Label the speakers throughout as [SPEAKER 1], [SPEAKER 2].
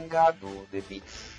[SPEAKER 1] pingado de bits.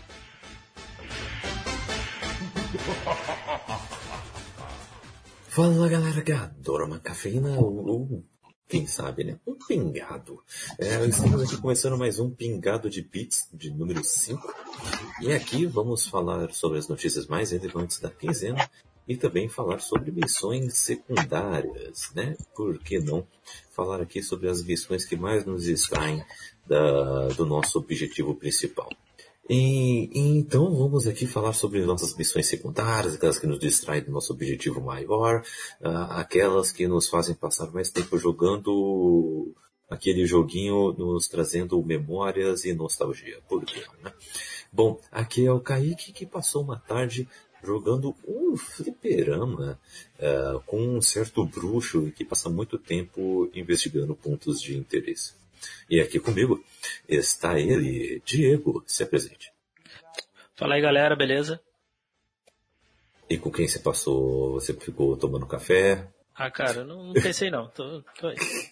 [SPEAKER 2] Fala galera que adora uma cafeína ou quem sabe, né? Um pingado. Estamos aqui começando mais um Pingado de Bits de número 5. E aqui vamos falar sobre as notícias mais relevantes da quinzena e também falar sobre missões secundárias, né? Por que não falar aqui sobre as missões que mais nos distraem do nosso objetivo principal? Então vamos aqui falar sobre nossas missões secundárias, aquelas que nos distraem do nosso objetivo maior, aquelas que nos fazem passar mais tempo jogando aquele joguinho, nos trazendo memórias e nostalgia. Por quê, né? Bom, aqui é o Kaique que passou uma tarde jogando um fliperama com um certo bruxo que passa muito tempo investigando pontos de interesse. E aqui comigo está ele, Diego, se apresente.
[SPEAKER 3] Fala aí galera, beleza?
[SPEAKER 2] E com quem você ficou tomando café?
[SPEAKER 3] Ah cara, eu não pensei não, tô aí.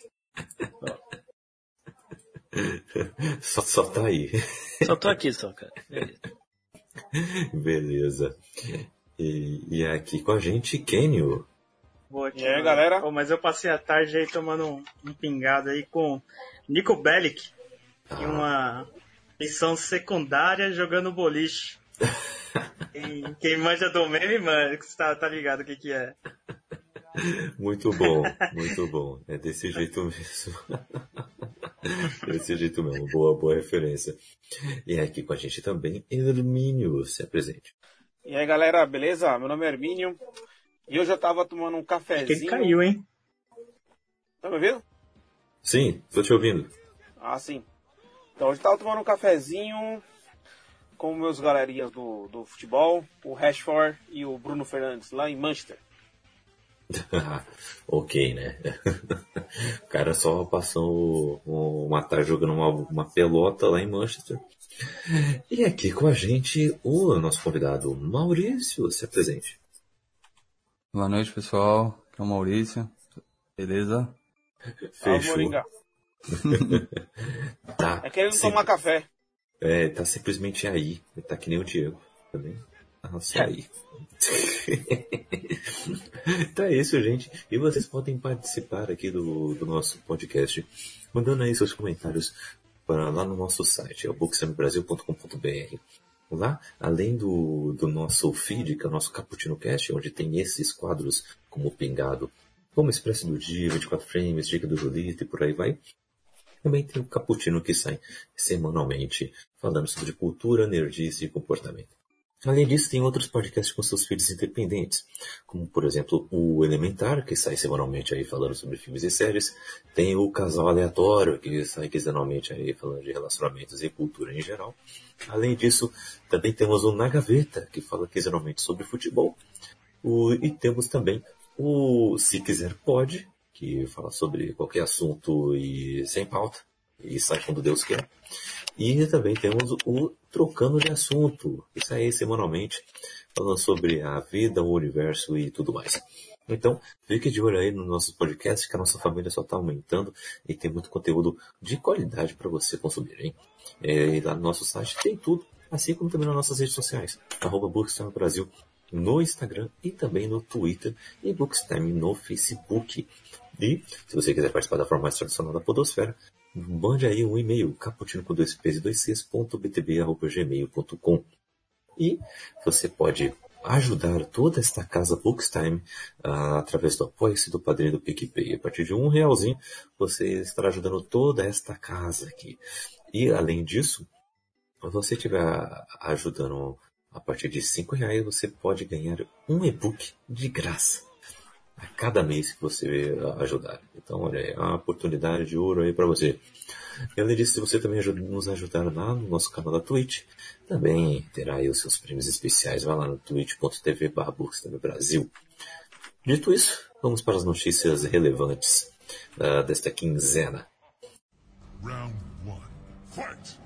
[SPEAKER 2] Só tá aí.
[SPEAKER 3] Só tô aqui só, cara.
[SPEAKER 2] Beleza. E aqui com a gente, Kenio.
[SPEAKER 4] Boa aqui, galera. Oh, mas eu passei a tarde aí tomando um pingado aí com Nico Bellic e uma missão secundária jogando boliche. Quem manja do meme, mano, tá ligado o que é.
[SPEAKER 2] Muito bom, muito bom. É desse jeito mesmo. Desse jeito mesmo. Boa referência. E aqui com a gente também, Hermínio, se apresente.
[SPEAKER 5] E aí, galera, beleza? Meu nome é Hermínio. E hoje eu tava tomando um cafezinho.
[SPEAKER 4] Quem caiu, hein?
[SPEAKER 5] Tá me ouvindo?
[SPEAKER 2] Sim, tô te ouvindo.
[SPEAKER 5] Ah, sim. Então, hoje eu tava tomando um cafezinho com meus galerinhas do futebol, o Rashford e o Bruno Fernandes, lá em Manchester.
[SPEAKER 2] Ok, né? O cara só passou uma tarde jogando uma pelota lá em Manchester. E aqui com a gente o nosso convidado Maurício, se apresente.
[SPEAKER 6] Boa noite, pessoal. Aqui é o Maurício. Beleza?
[SPEAKER 2] Fechou. Tá.
[SPEAKER 5] É querendo tomar café.
[SPEAKER 2] Tá simplesmente aí. Tá que nem o Diego também. Só aí. Então é isso, gente. E vocês podem participar aqui do nosso podcast, mandando aí seus comentários lá no nosso site, é o bookstamebrasil.com.br. Lá, além do nosso feed, que é o nosso Cappuccino Cast, onde tem esses quadros como Pingado, como Expresso do Dia, 24 Frames, Dica do Julito e por aí vai. Também tem o Cappuccino que sai semanalmente, falando sobre cultura, nerdice e comportamento. Além disso, tem outros podcasts com seus feeds independentes, como, por exemplo, o Elementar, que sai semanalmente aí falando sobre filmes e séries. Tem o Casal Aleatório, que sai quinzenalmente aí falando de relacionamentos e cultura em geral. Além disso, também temos o Na Gaveta, que fala quinzenalmente sobre futebol. E temos também o Se Quiser Pode, que fala sobre qualquer assunto e sem pauta, e sai quando Deus quer. E também temos o Trocando de Assunto, que sai semanalmente, falando sobre a vida, o universo e tudo mais. Então, fique de olho aí no nosso podcast, que a nossa família só está aumentando e tem muito conteúdo de qualidade para você consumir, hein? E lá no nosso site tem tudo, assim como também nas nossas redes sociais, @Bookstime Brasil no Instagram e também no Twitter e Bookstime no Facebook. E, se você quiser participar da forma mais tradicional da podosfera, mande aí um e-mail, cappuccino.btb@gmail.com. E você pode ajudar toda esta casa Bookstime através do Apoia-se, do Padrinho e do PicPay. A partir de R$1 você estará ajudando toda esta casa aqui. E além disso, se você estiver ajudando a partir de R$5, você pode ganhar um e-book de graça a cada mês que você ajudar. Então, olha aí, uma oportunidade de ouro aí para você. E além disso, se você também nos ajudar lá no nosso canal da Twitch, também terá aí os seus prêmios especiais. Vai lá no twitch.tv/Bookstamebrasil. Dito isso, vamos para as notícias relevantes desta quinzena. Round 1. Fight!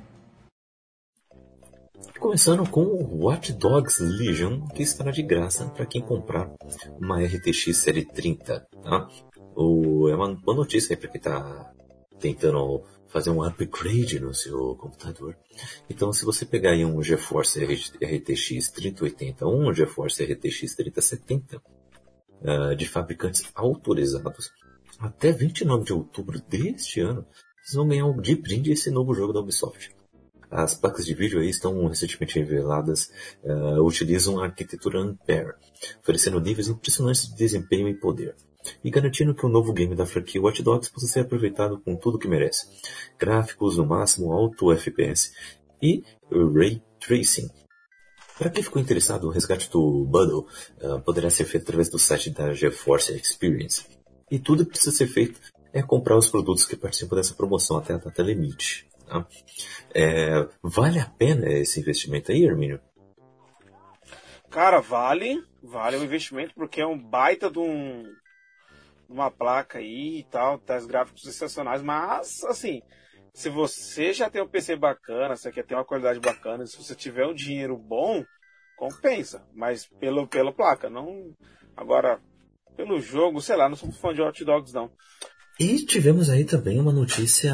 [SPEAKER 2] Começando com o Watch Dogs Legion, que estará de graça para quem comprar uma RTX Série 30. Tá? É uma boa notícia aí para quem está tentando fazer um upgrade no seu computador. Então, se você pegar aí um GeForce RTX 3080 ou um GeForce RTX 3070 de fabricantes autorizados, até 29 de outubro deste ano, vocês vão ganhar de brinde esse novo jogo da Ubisoft. As placas de vídeo aí estão recentemente reveladas, utilizam a arquitetura Ampere, oferecendo níveis impressionantes de desempenho e poder, e garantindo que o novo game da franquia Watch Dogs possa ser aproveitado com tudo o que merece. Gráficos no máximo, alto FPS e Ray Tracing. Para quem ficou interessado, o resgate do Bundle poderá ser feito através do site da GeForce Experience. E tudo que precisa ser feito é comprar os produtos que participam dessa promoção até a data limite. Tá? Vale a pena esse investimento aí, Hermínio?
[SPEAKER 5] Cara, vale o investimento, porque é um baita de uma placa aí e tal, tá os gráficos sensacionais, mas, assim, se você já tem um PC bacana, você quer ter uma qualidade bacana, se você tiver um dinheiro bom, compensa, mas pela placa, não... Agora, pelo jogo, sei lá, não sou fã de Hot Dogs, não.
[SPEAKER 2] E tivemos aí também uma notícia,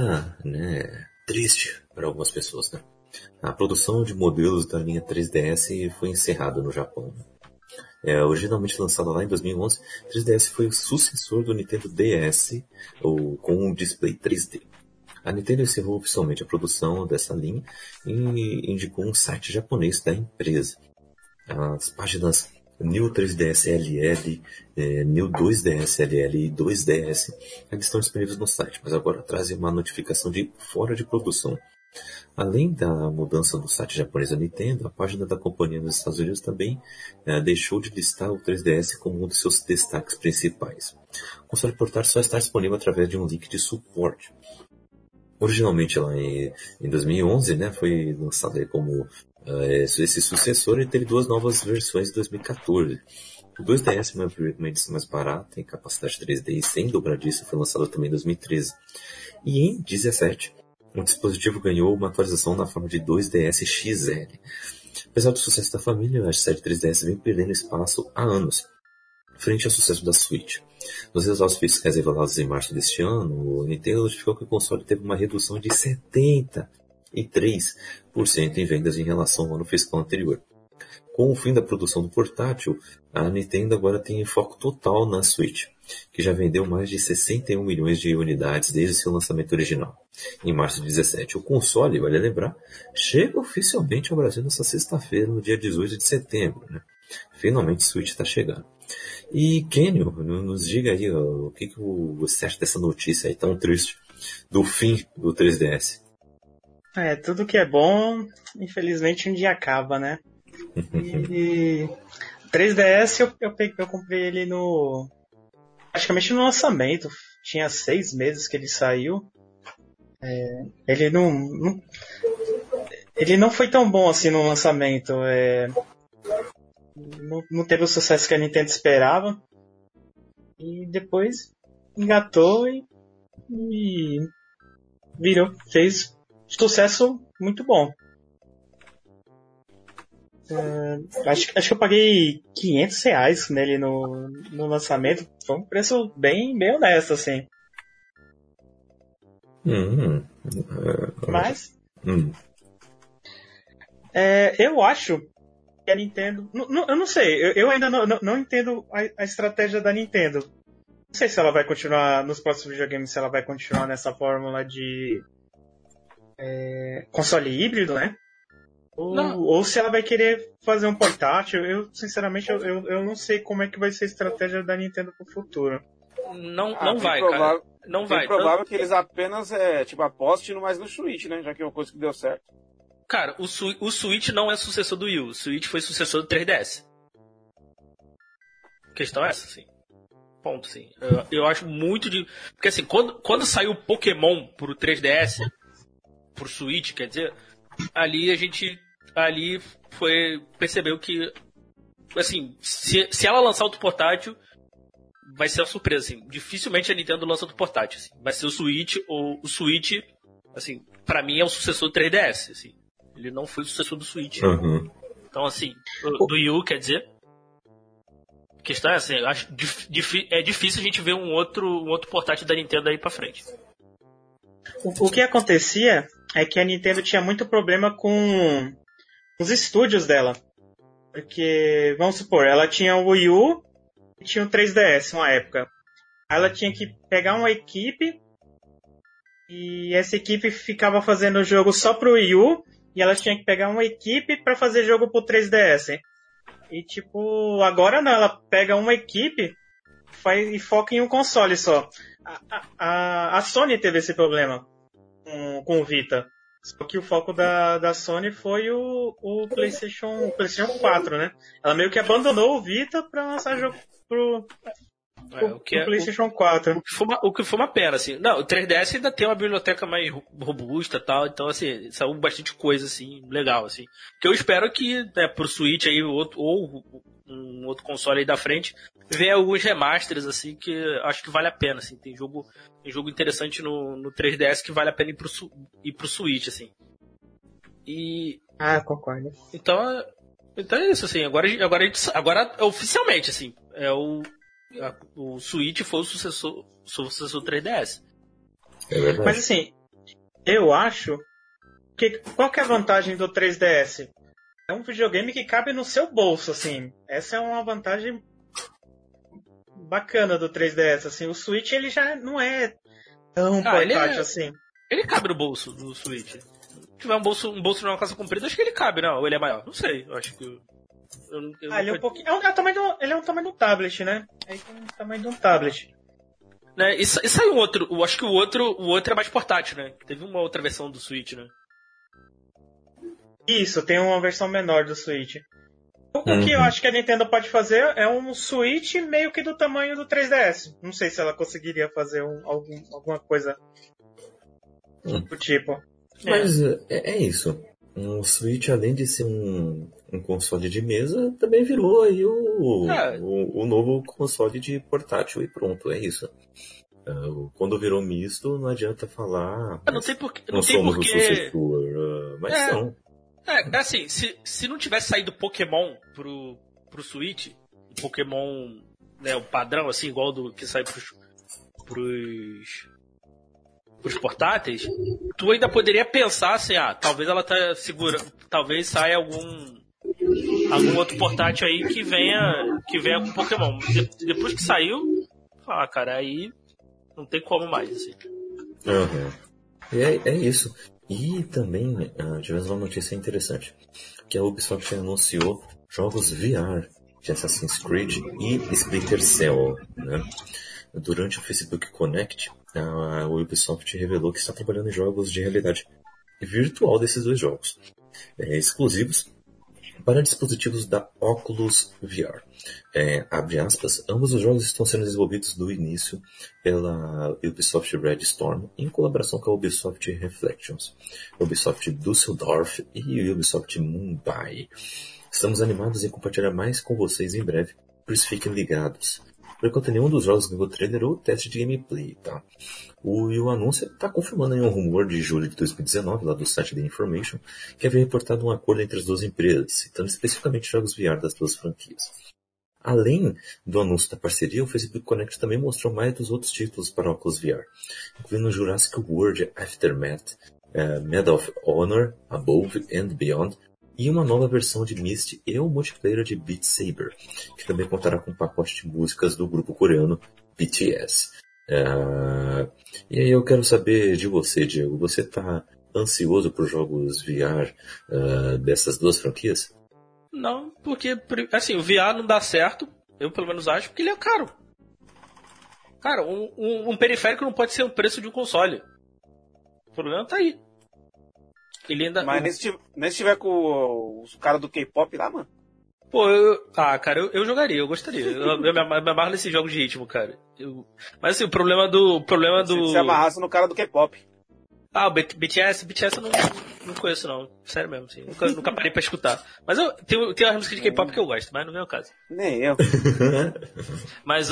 [SPEAKER 2] triste para algumas pessoas, né? A produção de modelos da linha 3DS foi encerrada no Japão. Originalmente lançada lá em 2011, 3DS foi o sucessor do Nintendo DS, com um display 3D. A Nintendo encerrou oficialmente a produção dessa linha e indicou um site japonês da empresa. As páginas New 3DS LL, New 2DS LL e 2DS ainda estão disponíveis no site, mas agora trazem uma notificação de fora de produção. Além da mudança do site japonês da Nintendo, a página da companhia nos Estados Unidos também deixou de listar o 3DS como um dos seus destaques principais. O console portátil só está disponível através de um link de suporte. Originalmente lá em 2011, foi lançado aí como esse sucessor, e teve duas novas versões em 2014. O 2DS é uma edição mais barata, tem capacidade 3D e sem dobradiça, foi lançado também em 2013. E em 2017, o dispositivo ganhou uma atualização na forma de 2DS XL. Apesar do sucesso da família, a série 3DS vem perdendo espaço há anos, frente ao sucesso da Switch. Nos resultados fiscais revelados em março deste ano, o Nintendo notificou que o console teve uma redução de 73% em vendas em relação ao ano fiscal anterior. Com o fim da produção do portátil, a Nintendo agora tem foco total na Switch, que já vendeu mais de 61 milhões de unidades desde seu lançamento original, em março de 2017. O console, vale lembrar, chega oficialmente ao Brasil nessa sexta-feira, no dia 18 de setembro. Finalmente a Switch está chegando. E Kenio, nos diga aí o que você acha dessa notícia aí tão triste do fim do 3DS.
[SPEAKER 4] Tudo que é bom, infelizmente um dia acaba, né? E 3DS eu comprei ele praticamente no lançamento. Tinha 6 meses que ele saiu. Ele não foi tão bom assim no lançamento. Não teve o sucesso que a Nintendo esperava. E depois engatou e fez sucesso muito bom. Acho que eu paguei R$500 nele no lançamento. Foi um preço bem honesto, assim. Mas eu acho que a Nintendo... eu não sei, eu ainda não entendo a estratégia da Nintendo. Não sei se ela vai continuar nos próximos videogames, se ela vai continuar nessa fórmula de console híbrido, né? Ou se ela vai querer fazer um portátil. Eu, sinceramente, eu não sei como é que vai ser a estratégia da Nintendo pro futuro.
[SPEAKER 3] Não vai, cara. Não vai.
[SPEAKER 5] É provável que eles apenas apostem mais no Switch, né? Já que é uma coisa que deu certo.
[SPEAKER 3] Cara, o Switch não é sucessor do Wii U. O Switch foi sucessor do 3DS. A questão é essa, sim. Ponto, sim. Eu acho muito de... Porque assim, quando saiu o Pokémon pro 3DS, pro Switch, quer dizer, ali a gente... Ali percebeu que, assim, se ela lançar outro portátil, vai ser uma surpresa, assim. Dificilmente a Nintendo lança outro portátil, assim. Vai ser o Switch, ou o Switch, assim, pra mim é o sucessor do 3DS, assim. Ele não foi o sucessor do Switch.
[SPEAKER 2] Uhum.
[SPEAKER 3] Então, assim, do Wii U, quer dizer... A questão é assim, eu acho é difícil a gente ver um outro portátil da Nintendo aí pra frente.
[SPEAKER 4] O que acontecia é que a Nintendo tinha muito problema com os estúdios dela. Porque, vamos supor, ela tinha o Wii U e tinha o 3DS uma época. Aí ela tinha que pegar uma equipe e essa equipe ficava fazendo o jogo só pro Wii U e ela tinha que pegar uma equipe para fazer jogo pro 3DS. E tipo, agora não, ela pega uma equipe e foca em um console só. A Sony teve esse problema com o Vita. Só que o foco da Sony foi o PlayStation 4, né? Ela meio que abandonou o Vita pra lançar jogo pro PlayStation 4.
[SPEAKER 3] O que foi uma pena, assim. Não, o 3DS ainda tem uma biblioteca mais robusta e tal, então, assim, saiu bastante coisa, assim, legal, assim. Que eu espero que, né, pro Switch aí, ou um outro console aí da frente, venha alguns remasters, assim, que acho que vale a pena, assim. Tem jogo interessante no 3DS que vale a pena ir pro Switch, assim.
[SPEAKER 4] Concordo.
[SPEAKER 3] Então é isso, assim. Agora oficialmente, assim, o Switch foi o sucessor 3DS.
[SPEAKER 2] É verdade.
[SPEAKER 4] Mas assim, eu acho que qual que é a vantagem do 3DS? É um videogame que cabe no seu bolso, assim. Essa é uma vantagem bacana do 3DS, assim. O Switch, ele já não é tão portátil assim.
[SPEAKER 3] Ele cabe no bolso do Switch. Se tiver um bolso de uma calça comprida, acho que ele cabe, não. Ou ele é maior? Não sei. Eu acho que...
[SPEAKER 4] ele é um pouquinho... Ele é o tamanho de um tablet, né? Ele tem o tamanho de um tablet.
[SPEAKER 3] Né? E saiu um outro... Eu acho que o outro é mais portátil, né? Teve uma outra versão do Switch, né?
[SPEAKER 4] Isso, tem uma versão menor do Switch. O que eu acho que a Nintendo pode fazer é um Switch meio que do tamanho do 3DS. Não sei se ela conseguiria fazer alguma coisa do tipo.
[SPEAKER 2] Mas é isso. O Switch, além de ser um console de mesa, também virou aí o novo console de portátil e pronto, é isso. Quando virou misto, não adianta falar.
[SPEAKER 3] Não tem porquê.
[SPEAKER 2] Não somos o sucessor, mas são.
[SPEAKER 3] Assim, se não tivesse saído Pokémon pro Switch, o Pokémon, né, o padrão, assim, igual do que sai pros portáteis, tu ainda poderia pensar assim, talvez ela tá segura, talvez saia algum outro portátil aí que venha com Pokémon. Depois que saiu, cara, aí não tem como mais, assim.
[SPEAKER 2] É isso. E também tivemos uma notícia interessante, que a Ubisoft anunciou jogos VR de Assassin's Creed e Splinter Cell, né? Durante o Facebook Connect, a Ubisoft revelou que está trabalhando em jogos de realidade virtual desses dois jogos, exclusivos para dispositivos da Oculus VR. Abre aspas, ambos os jogos estão sendo desenvolvidos do início pela Ubisoft Red Storm em colaboração com a Ubisoft Reflections, Ubisoft Düsseldorf e Ubisoft Mumbai. Estamos animados em compartilhar mais com vocês em breve, por isso fiquem ligados. Por enquanto, nenhum dos jogos ganhou trailer ou teste de gameplay, tá? O anúncio está confirmando aí um rumor de julho de 2019, lá do site The Information, que havia reportado um acordo entre as duas empresas, citando especificamente jogos VR das duas franquias. Além do anúncio da parceria, o Facebook Connect também mostrou mais dos outros títulos para Oculus VR, incluindo Jurassic World Aftermath, Medal of Honor, Above and Beyond, e uma nova versão de Myst e o multiplayer de Beat Saber, que também contará com um pacote de músicas do grupo coreano BTS. E aí eu quero saber de você, Diego, você está ansioso por jogos VR dessas duas franquias?
[SPEAKER 3] Não, porque assim, o VR não dá certo, eu pelo menos acho, porque ele é caro. Cara, um periférico não pode ser o preço de um console. O problema tá aí. Ele ainda...
[SPEAKER 5] Mas nem se tiver com os caras do K-pop lá, mano.
[SPEAKER 3] Pô, cara, eu jogaria, eu gostaria. Eu me amarro nesses jogos de ritmo, cara. Mas assim, o problema do...
[SPEAKER 5] Se você amarrasse no cara do K-pop.
[SPEAKER 3] O BTS eu não conheço, não. Sério mesmo, assim. Nunca parei pra escutar. Mas eu tenho as músicas de K-pop que eu gosto, mas não é o caso.
[SPEAKER 5] Nem eu.
[SPEAKER 3] Mas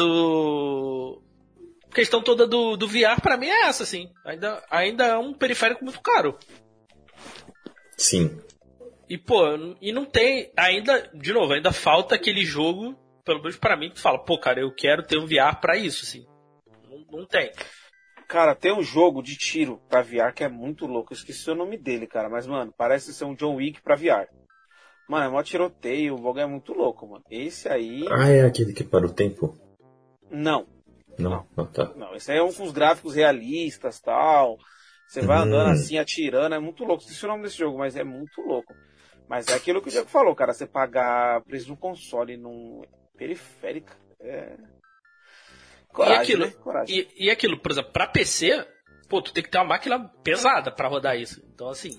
[SPEAKER 3] a questão toda do VR pra mim é essa, assim. Ainda é um periférico muito caro.
[SPEAKER 2] Sim.
[SPEAKER 3] E, e não tem, ainda falta aquele jogo, pelo menos pra mim, que tu fala, cara, eu quero ter um VR pra isso, assim. Não tem.
[SPEAKER 5] Cara, tem um jogo de tiro pra VR que é muito louco. Eu esqueci o nome dele, cara. Mas, mano, parece ser um John Wick pra VR. Mano, é mó tiroteio, o jogo é muito louco, mano. Esse aí...
[SPEAKER 2] Ah, é aquele que para o tempo?
[SPEAKER 5] Não.
[SPEAKER 2] Não? Ah, tá.
[SPEAKER 5] Não, esse aí é um com os gráficos realistas e tal. Você vai andando assim, atirando. É muito louco. Esqueci o nome desse jogo, mas é muito louco. Mas é aquilo que o Diego falou, cara. Você pagar preço do console num periférico é... Coragem,
[SPEAKER 3] e aquilo,
[SPEAKER 5] né? Coragem.
[SPEAKER 3] E aquilo, por exemplo, pra PC, pô, tu tem que ter uma máquina pesada pra rodar isso. Então, assim...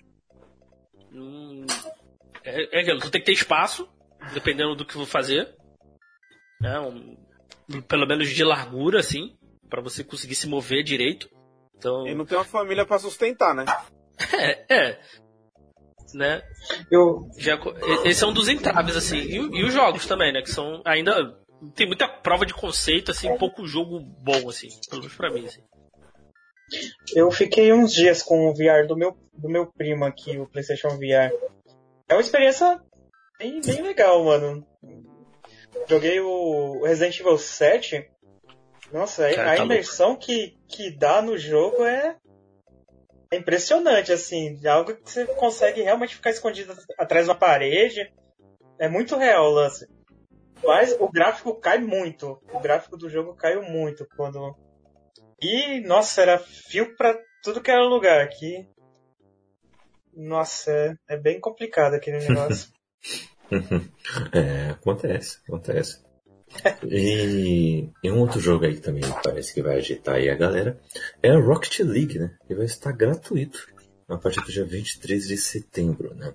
[SPEAKER 3] É aquilo, tu tem que ter espaço, dependendo do que eu vou fazer. Né, pelo menos de largura, assim, pra você conseguir se mover direito. Então...
[SPEAKER 5] E não tem uma família pra sustentar, né?
[SPEAKER 3] Né? Esse é um dos entraves, assim. E os jogos também, né? Que são ainda... Tem muita prova de conceito, assim, pouco jogo bom, assim. Pelo menos pra mim, assim.
[SPEAKER 4] Eu fiquei uns dias com o VR do meu primo aqui, o PlayStation VR. É uma experiência bem legal, mano. Joguei o Resident Evil 7. Nossa,
[SPEAKER 3] Cara,
[SPEAKER 4] a
[SPEAKER 3] tá
[SPEAKER 4] imersão que dá no jogo é impressionante, assim. É algo que você consegue realmente ficar escondido atrás de uma parede. É muito real o lance. Mas o gráfico cai muito. O gráfico do jogo caiu muito quando... E, nossa, era fio pra tudo que era lugar aqui. Nossa, é bem complicado aquele negócio.
[SPEAKER 2] Acontece. E um outro jogo aí que também parece que vai agitar aí a galera é a Rocket League, né? Que vai estar gratuito a partir do dia 23 de setembro, né?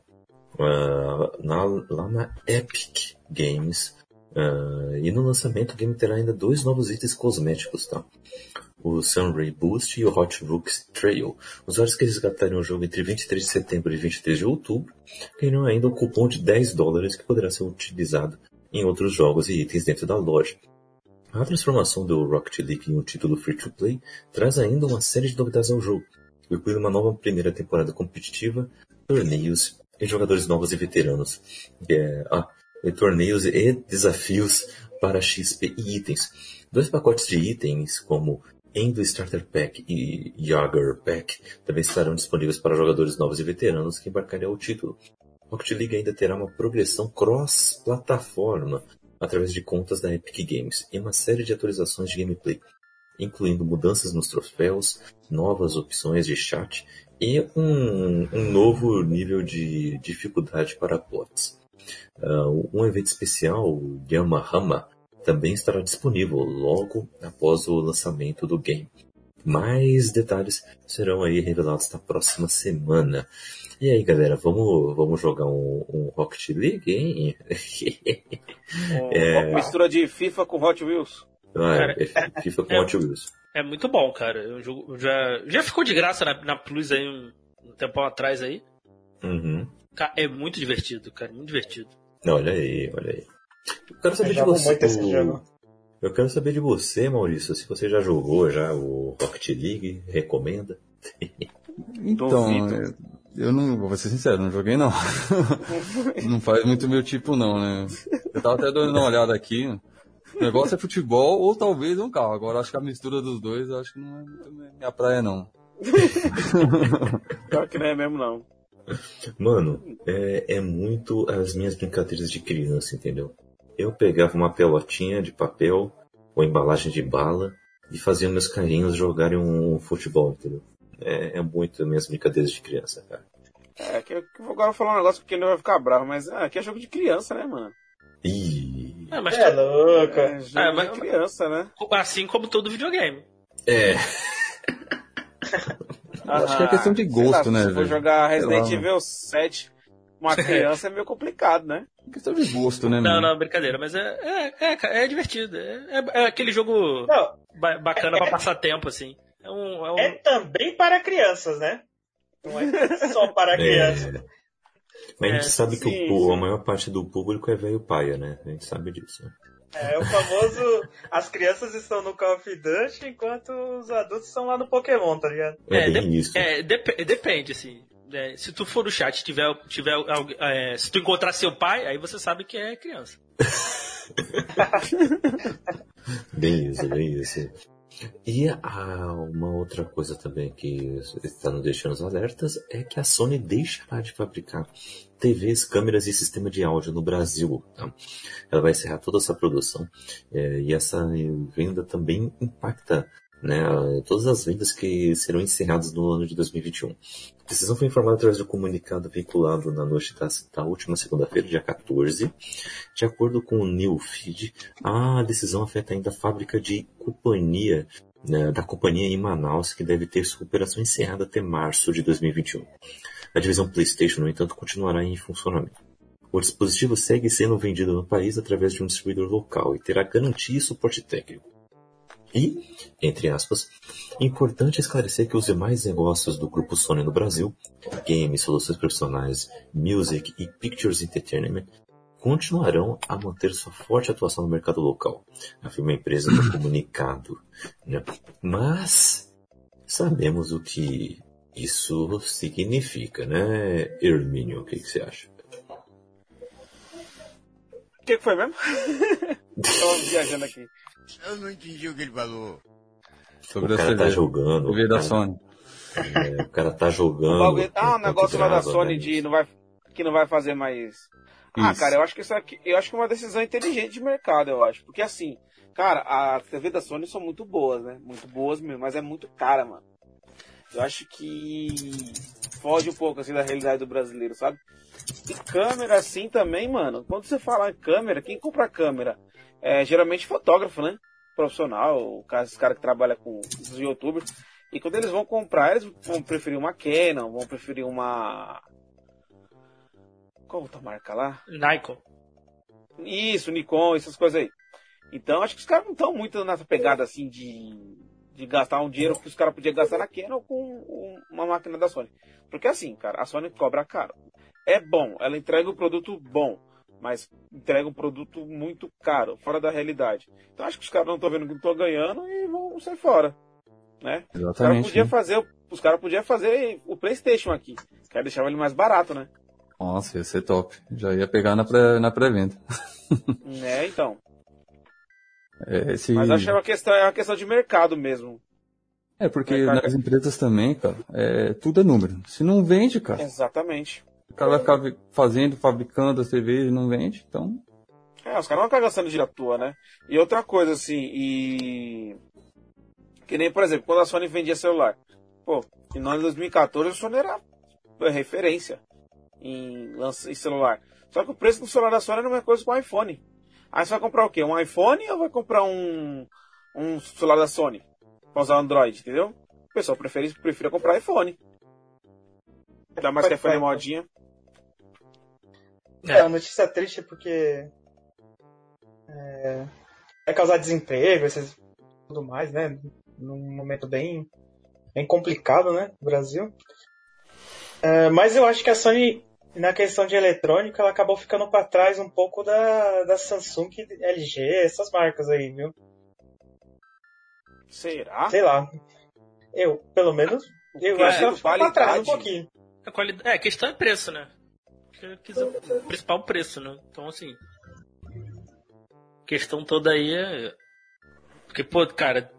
[SPEAKER 2] Lá na Epic Games. E no lançamento o game terá ainda 2 novos itens cosméticos, tá? O Sunray Boost e o Hot Rooks Trail. Os usuários que resgatarem o jogo entre 23 de setembro e 23 de outubro ganharão ainda um cupom de $10 que poderá ser utilizado em outros jogos e itens dentro da loja. A transformação do Rocket League em um título free-to-play traz ainda uma série de novidades ao jogo, incluindo uma nova primeira temporada competitiva, torneios e jogadores novos e veteranos. Torneios e desafios para XP e itens. 2 pacotes de itens, como Endo Starter Pack e Jager Pack, também estarão disponíveis para jogadores novos e veteranos que embarcarem ao título. Rocket League ainda terá uma progressão cross-plataforma através de contas da Epic Games e uma série de atualizações de gameplay, incluindo mudanças nos troféus, novas opções de chat e um novo nível de dificuldade para bots. Um evento especial, o Yamahama, também estará disponível logo após o lançamento do game. Mais detalhes serão aí revelados na próxima semana. E aí, galera, vamos jogar um Rocket League, hein?
[SPEAKER 5] Uma mistura de FIFA com Hot Wheels.
[SPEAKER 2] FIFA com Hot Wheels.
[SPEAKER 3] É muito bom, cara. O jogo já ficou de graça na Plus aí um tempão atrás aí.
[SPEAKER 2] Uhum.
[SPEAKER 3] É muito divertido, cara. Muito divertido.
[SPEAKER 2] Olha aí. Eu quero saber de você. Eu quero saber de você, Maurício, se você já jogou o Rocket League, recomenda?
[SPEAKER 6] Então, eu não vou ser sincero, não joguei não. Não faz muito meu tipo não, né? Eu tava até dando uma olhada aqui. O negócio é futebol ou talvez um carro. Agora acho que a mistura dos dois acho que não é muito minha praia não.
[SPEAKER 5] Pior que não é mesmo não.
[SPEAKER 2] Mano, é muito as minhas brincadeiras de criança, entendeu? Eu pegava uma pelotinha de papel ou embalagem de bala e fazia meus carinhos jogarem um futebol, entendeu? É muito minhas brincadeiras de criança, cara.
[SPEAKER 5] Que eu agora vou falar um negócio porque ele vai ficar bravo, mas aqui é jogo de criança, né, mano?
[SPEAKER 2] Ih.
[SPEAKER 3] Mas
[SPEAKER 5] louco. Jogo de criança, né?
[SPEAKER 3] Assim como todo videogame.
[SPEAKER 6] Acho que é questão de gosto, né, velho?
[SPEAKER 5] Se for jogar Resident Evil 7 uma criança é meio complicado, né?
[SPEAKER 6] É questão de gosto, né,
[SPEAKER 3] mano? Não, brincadeira, mas é divertido. É aquele jogo bacana pra passar tempo, assim.
[SPEAKER 4] É também para crianças, né? Não é só para crianças.
[SPEAKER 2] Mas a gente sabe que a maior parte do público é velho paia, né? A gente sabe disso, né?
[SPEAKER 4] É o famoso, as crianças estão no Call of Duty enquanto os adultos estão lá no Pokémon, tá ligado?
[SPEAKER 2] Isso.
[SPEAKER 3] Depende, assim. Se tu for no chat e se tu encontrar seu pai, aí você sabe que é criança.
[SPEAKER 2] Bem isso. E uma outra coisa também que está nos deixando os alertas é que a Sony deixará de fabricar TVs, câmeras e sistema de áudio no Brasil. Tá? Ela vai encerrar toda essa produção e essa venda também impacta, né, todas as vendas que serão encerradas no ano de 2021. A decisão foi informada através do comunicado vinculado na noite da última segunda-feira, dia 14. De acordo com o Newfeed, a decisão afeta ainda a fábrica de companhia, né, da companhia em Manaus, que deve ter sua operação encerrada até março de 2021. A divisão PlayStation, no entanto, continuará em funcionamento. O dispositivo segue sendo vendido no país através de um distribuidor local e terá garantia e suporte técnico. E, entre aspas, é importante esclarecer que os demais negócios do grupo Sony no Brasil, games, soluções profissionais, music e pictures entertainment, continuarão a manter sua forte atuação no mercado local, afirma a empresa no comunicado. Né? Mas sabemos o que isso significa, né, Hermínio? O que você acha?
[SPEAKER 5] O que foi mesmo? Estou viajando aqui.
[SPEAKER 1] Eu não entendi o que ele falou.
[SPEAKER 6] Sobre
[SPEAKER 2] o cara tá jogando.
[SPEAKER 6] O da Sony.
[SPEAKER 2] O cara tá jogando.
[SPEAKER 5] Um negócio lá da Sony, né? Que não vai fazer mais. Ah, cara, eu acho que é uma decisão inteligente de mercado, eu acho. Porque assim, cara, a TV da Sony são muito boas, né? Muito boas mesmo, mas é muito cara, mano. Eu acho que foge um pouco assim da realidade do brasileiro, sabe? E câmera assim também, mano. Quando você fala em câmera, quem compra câmera é geralmente fotógrafo, né? Profissional, esses caras que trabalham com os youtubers. E quando eles vão comprar, eles vão preferir uma Canon, vão preferir uma... Qual outra marca lá?
[SPEAKER 3] Nikon.
[SPEAKER 5] Isso, Nikon, essas coisas aí. Então, acho que os caras não estão muito nessa pegada assim de gastar um dinheiro que os caras podiam gastar na Canon ou com uma máquina da Sony. Porque assim, cara, a Sony cobra caro. É bom, ela entrega um produto bom, mas entrega um produto muito caro, fora da realidade. Então, acho que os caras não estão vendo o que estão ganhando e vão sair fora. Né?
[SPEAKER 6] Exatamente.
[SPEAKER 5] Os caras podiam fazer o PlayStation aqui, que aí deixava ele mais barato, né?
[SPEAKER 6] Nossa, ia ser top. Já ia pegar na pré-venda.
[SPEAKER 5] Né, então.
[SPEAKER 6] Esse...
[SPEAKER 5] Mas acho que é uma questão de mercado mesmo.
[SPEAKER 6] É, porque nas empresas também, cara, tudo é número. Se não vende, cara...
[SPEAKER 5] Exatamente.
[SPEAKER 6] O cara vai ficar fabricando as TVs e não vende, então...
[SPEAKER 5] Os caras não vão ficar gastando dinheiro à toa, né? E outra coisa, assim, que nem, por exemplo, quando a Sony vendia celular. Pô, no ano de 2014 a Sony era referência em celular. Só que o preço do celular da Sony é a mesma coisa com o iPhone. Aí você vai comprar o quê? Um iPhone ou vai comprar um celular da Sony? Pra usar Android, entendeu? O pessoal prefere comprar iPhone. Ainda mais que iPhone é modinha.
[SPEAKER 4] É uma notícia triste porque vai causar desemprego, tudo mais, né? Num momento bem complicado, né? No Brasil. Mas eu acho que a Sony, na questão de eletrônica, ela acabou ficando para trás um pouco da Samsung, LG, essas marcas aí, viu?
[SPEAKER 5] Será?
[SPEAKER 4] Sei lá. Pelo menos, eu acho que ela ficou para trás um pouquinho.
[SPEAKER 3] A questão é preço, né? O principal preço, né? Então, assim, a questão toda aí é... Porque, pô, cara,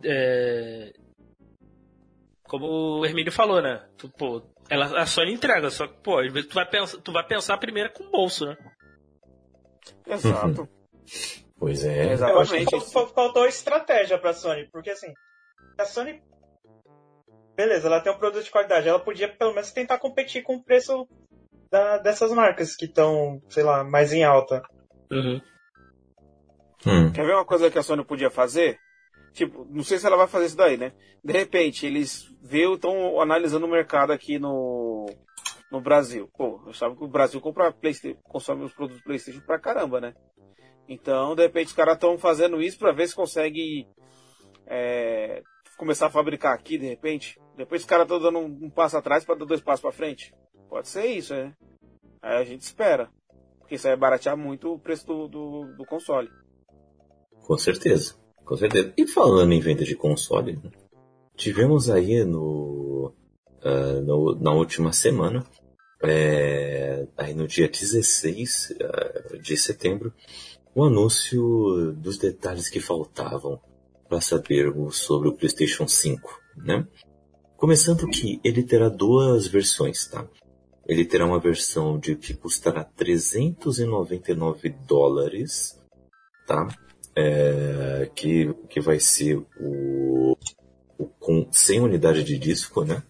[SPEAKER 3] como o Hermínio falou, né? A Sony entrega, só que, pô, às vezes tu vai pensar primeiro com o bolso, né?
[SPEAKER 5] Exato.
[SPEAKER 2] Pois é.
[SPEAKER 4] Eu acho que faltou estratégia pra Sony, porque assim, a Sony, beleza, ela tem um produto de qualidade, ela podia pelo menos tentar competir com o preço dessas marcas que estão, sei lá, mais em alta.
[SPEAKER 3] Uhum.
[SPEAKER 5] Quer ver uma coisa que a Sony podia fazer? Tipo, não sei se ela vai fazer isso daí, né? De repente, eles estão analisando o mercado aqui no Brasil. Pô, eu sabe que o Brasil consome os produtos PlayStation pra caramba, né? Então, de repente, os caras estão fazendo isso pra ver se consegue começar a fabricar aqui, de repente. Depois os caras estão dando um passo atrás pra dar 2 passos pra frente. Pode ser isso, né? Aí a gente espera. Porque isso aí vai baratear muito o preço do console.
[SPEAKER 2] Com certeza. Com certeza. E falando em venda de console, né? Tivemos aí na última semana, aí no dia 16 de setembro, o anúncio dos detalhes que faltavam para sabermos sobre o PlayStation 5, né? Começando que ele terá duas versões, tá? Ele terá uma versão que custará $399, tá? Que vai ser com 100 unidades de disco, né?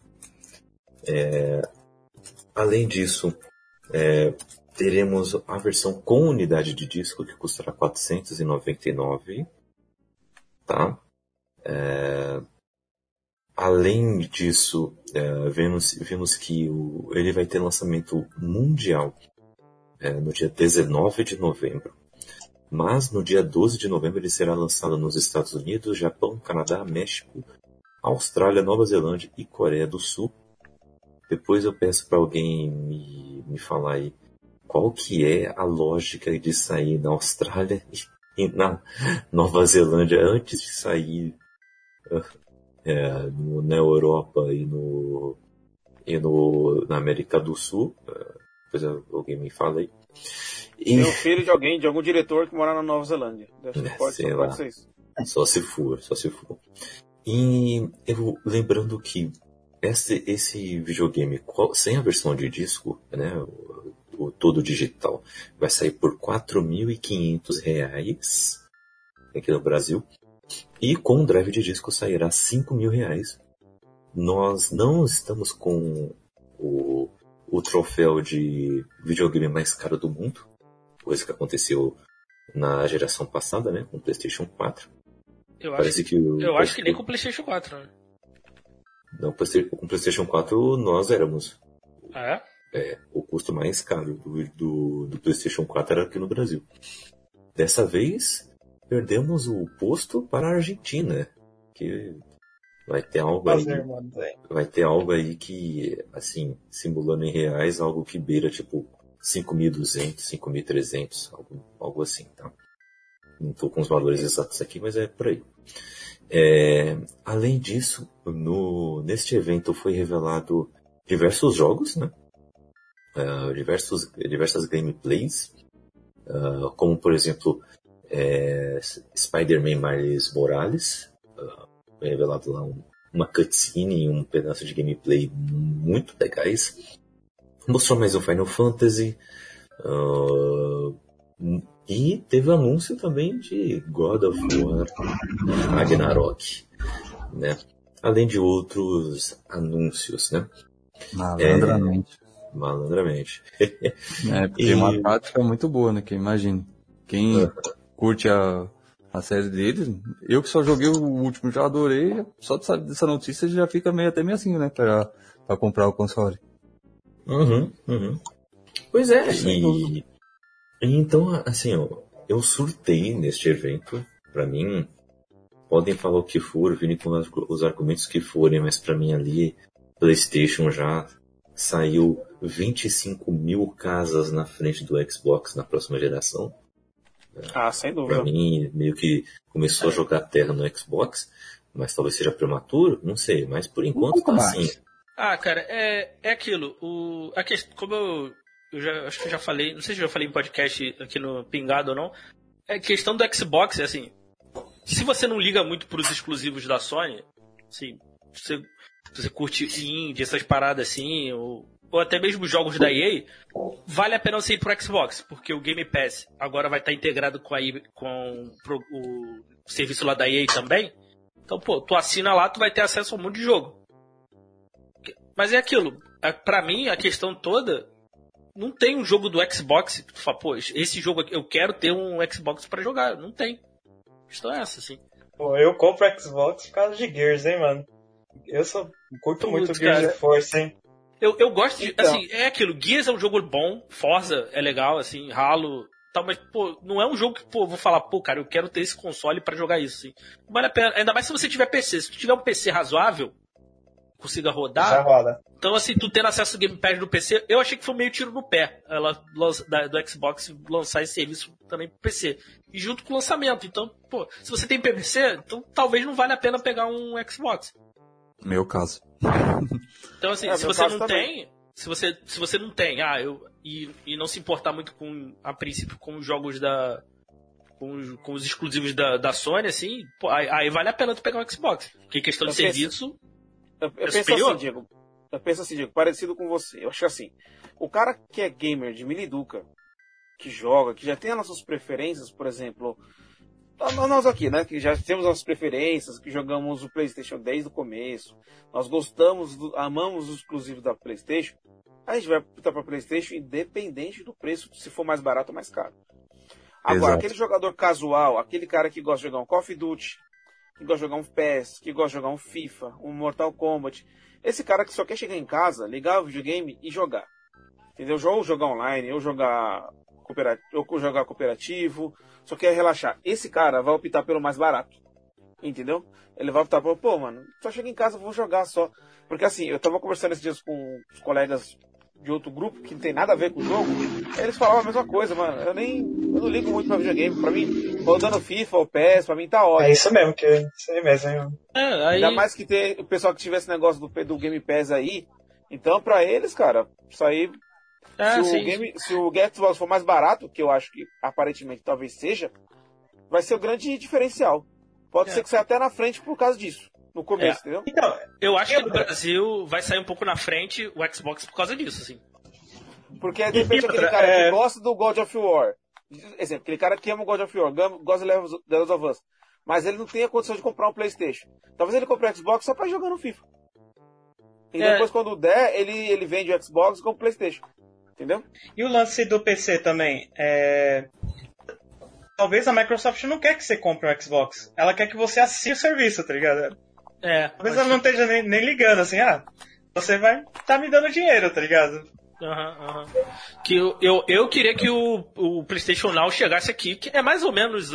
[SPEAKER 2] Além disso, teremos a versão com unidade de disco, que custará $499, tá? Além disso, vemos que ele vai ter lançamento mundial no dia 19 de novembro. Mas no dia 12 de novembro ele será lançado nos Estados Unidos, Japão, Canadá, México, Austrália, Nova Zelândia e Coreia do Sul. Depois eu peço para alguém me falar aí qual que é a lógica de sair na Austrália e na Nova Zelândia antes de sair na Europa e na América do Sul. Depois alguém me fala aí.
[SPEAKER 5] Tem um filho de algum diretor que mora na Nova Zelândia. Pode ser isso.
[SPEAKER 2] Só se for. E lembrando que esse videogame, sem a versão de disco, né, o todo digital, vai sair por R$4.500 aqui no Brasil. E com o drive de disco sairá R$5.000. Nós não estamos com o troféu de videogame mais caro do mundo, coisa que aconteceu na geração passada, né, com o PlayStation 4.
[SPEAKER 3] Eu acho que nem com o PlayStation 4, né?
[SPEAKER 2] Não, com o PlayStation 4 nós éramos.
[SPEAKER 3] Ah, é?
[SPEAKER 2] O custo mais caro do PlayStation 4 era aqui no Brasil. Dessa vez, perdemos o posto para a Argentina, que vai ter algo aí que, assim, simulando em reais, algo que beira tipo 5.200, 5.300, algo assim, tá? Não estou com os valores exatos aqui, mas é por aí. Além disso, neste evento foi revelado diversos jogos, né? Diversas gameplays, como por exemplo Spider-Man Miles Morales. Foi revelado lá uma cutscene e um pedaço de gameplay muito legais. Mostrou mais um Final Fantasy. E teve anúncio também de God of War Ragnarok, né? Além de outros anúncios, né? Malandramente.
[SPEAKER 6] Porque é uma prática muito boa, né? Que imagina. Quem curte a série deles, eu que só joguei o último, já adorei. Só de saber dessa notícia já fica até meio assim, né? Pra comprar o console.
[SPEAKER 2] Uhum. Pois é, então, assim, eu surtei neste evento. Pra mim, podem falar o que for, virem com os argumentos que forem, mas pra mim ali, PlayStation já saiu 25.000 casas na frente do Xbox na próxima geração.
[SPEAKER 5] Sem dúvida.
[SPEAKER 2] Pra mim, meio que começou a jogar terra no Xbox, mas talvez seja prematuro, não sei, mas por enquanto tá assim.
[SPEAKER 3] Cara, é aquilo. A questão, como eu acho que eu já falei, não sei se eu já falei em podcast aqui no Pingado ou não, a questão do Xbox é assim, se você não liga muito pros exclusivos da Sony, assim, se você curte indie, essas paradas assim, ou até mesmo jogos da EA, vale a pena você ir pro Xbox, porque o Game Pass agora vai estar integrado com o serviço lá da EA também. Então, tu assina lá, tu vai ter acesso a um monte de jogo. Mas é aquilo, pra mim, a questão toda, não tem um jogo do Xbox que tu fala, esse jogo aqui, eu quero ter um Xbox pra jogar. Não tem. A questão é essa, assim.
[SPEAKER 4] Eu compro Xbox por causa de Gears, hein, mano. Eu curto muito Gears of Force, hein.
[SPEAKER 3] Eu gosto de, assim, é aquilo, Gears é um jogo bom, Forza é legal, assim, Halo, tal, mas, não é um jogo que, vou falar, cara, eu quero ter esse console pra jogar isso, assim. Não vale a pena, ainda mais se você tiver PC. Se tu tiver um PC razoável, consiga rodar.
[SPEAKER 4] Já roda.
[SPEAKER 3] Então, assim, tu tendo acesso ao Game Pass no PC, eu achei que foi meio tiro no pé ela do Xbox lançar esse serviço também pro PC. E junto com o lançamento. Então, se você tem PC, então talvez não valha a pena pegar um Xbox.
[SPEAKER 6] Meu caso.
[SPEAKER 3] Então, assim, se você não tem, se você não tem, e não se importar muito a princípio com os jogos com os exclusivos da Sony, assim, pô, aí vale a pena tu pegar um Xbox. Porque questão de serviço
[SPEAKER 5] eu
[SPEAKER 3] é
[SPEAKER 5] penso
[SPEAKER 3] superior.
[SPEAKER 5] assim, Diego. Eu penso assim, Diego, parecido com você. Eu acho que assim, o cara que é gamer de Miliduca, que joga, que já tem as nossas preferências, por exemplo, nós aqui, né, que já temos nossas preferências, que jogamos o PlayStation desde o começo, nós gostamos, amamos os exclusivos da PlayStation, a gente vai optar para PlayStation independente do preço, se for mais barato ou mais caro. Agora, aquele jogador casual, aquele cara que gosta de jogar um Call of Duty, que gosta de jogar um PES, que gosta de jogar um FIFA, um Mortal Kombat, esse cara que só quer chegar em casa, ligar o videogame e jogar. Entendeu? Ou jogar online, ou jogar cooperativo, só quer relaxar. Esse cara vai optar pelo mais barato. Entendeu? Ele vai optar por, pô, mano, só chega em casa, vou jogar só. Porque assim, eu tava conversando esses dias com os colegas de outro grupo que não tem nada a ver com o jogo, eles falavam a mesma coisa, mano. Eu não ligo muito pra videogame. Pra mim, rodando FIFA ou PES, pra mim tá ótimo.
[SPEAKER 4] É isso mesmo, isso aí mesmo.
[SPEAKER 3] Aí...
[SPEAKER 5] Ainda mais que tem o pessoal que tivesse negócio do Game Pass aí. Então, pra eles, cara, isso aí. Se o Xbox for mais barato, que eu acho que aparentemente talvez seja, vai ser o grande diferencial. Pode ser que saia até na frente por causa disso. No começo, entendeu?
[SPEAKER 4] Então,
[SPEAKER 3] eu acho que no Brasil vai sair um pouco na frente o Xbox por causa disso, assim.
[SPEAKER 5] Porque de repente aquele cara que gosta do God of War, exemplo, aquele cara que ama o God of War, gosta de The Last of Us, mas ele não tem a condição de comprar um PlayStation. Talvez ele compre o Xbox só pra jogar no FIFA. E depois, quando der, ele vende o Xbox e compra o PlayStation. Entendeu?
[SPEAKER 4] E o lance do PC também, talvez a Microsoft não quer que você compre um Xbox. Ela quer que você assine o serviço, tá ligado? Talvez ela não esteja nem ligando, assim, você vai tá me dando dinheiro, tá ligado?
[SPEAKER 3] Que eu queria que o PlayStation Now chegasse aqui, que é mais ou menos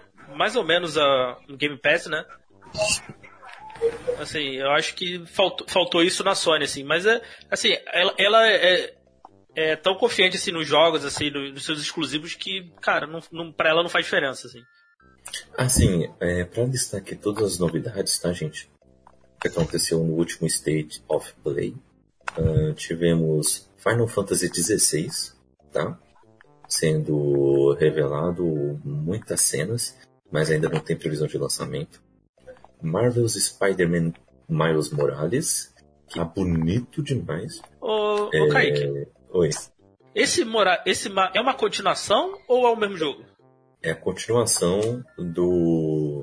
[SPEAKER 3] o Game Pass, né? Assim, eu acho que faltou isso na Sony, assim, mas assim, ela é tão confiante assim nos jogos, assim, nos seus exclusivos que, cara, pra ela não faz diferença, assim.
[SPEAKER 2] Assim, pra listar aqui todas as novidades, tá, gente? Que aconteceu no último State of Play. Tivemos Final Fantasy XVI, tá? Sendo revelado muitas cenas, mas ainda não tem previsão de lançamento. Marvel's Spider-Man Miles Morales, que tá bonito demais.
[SPEAKER 3] Ô Kaique.
[SPEAKER 2] Oi.
[SPEAKER 3] Esse é uma continuação ou é o mesmo jogo?
[SPEAKER 2] É a continuação do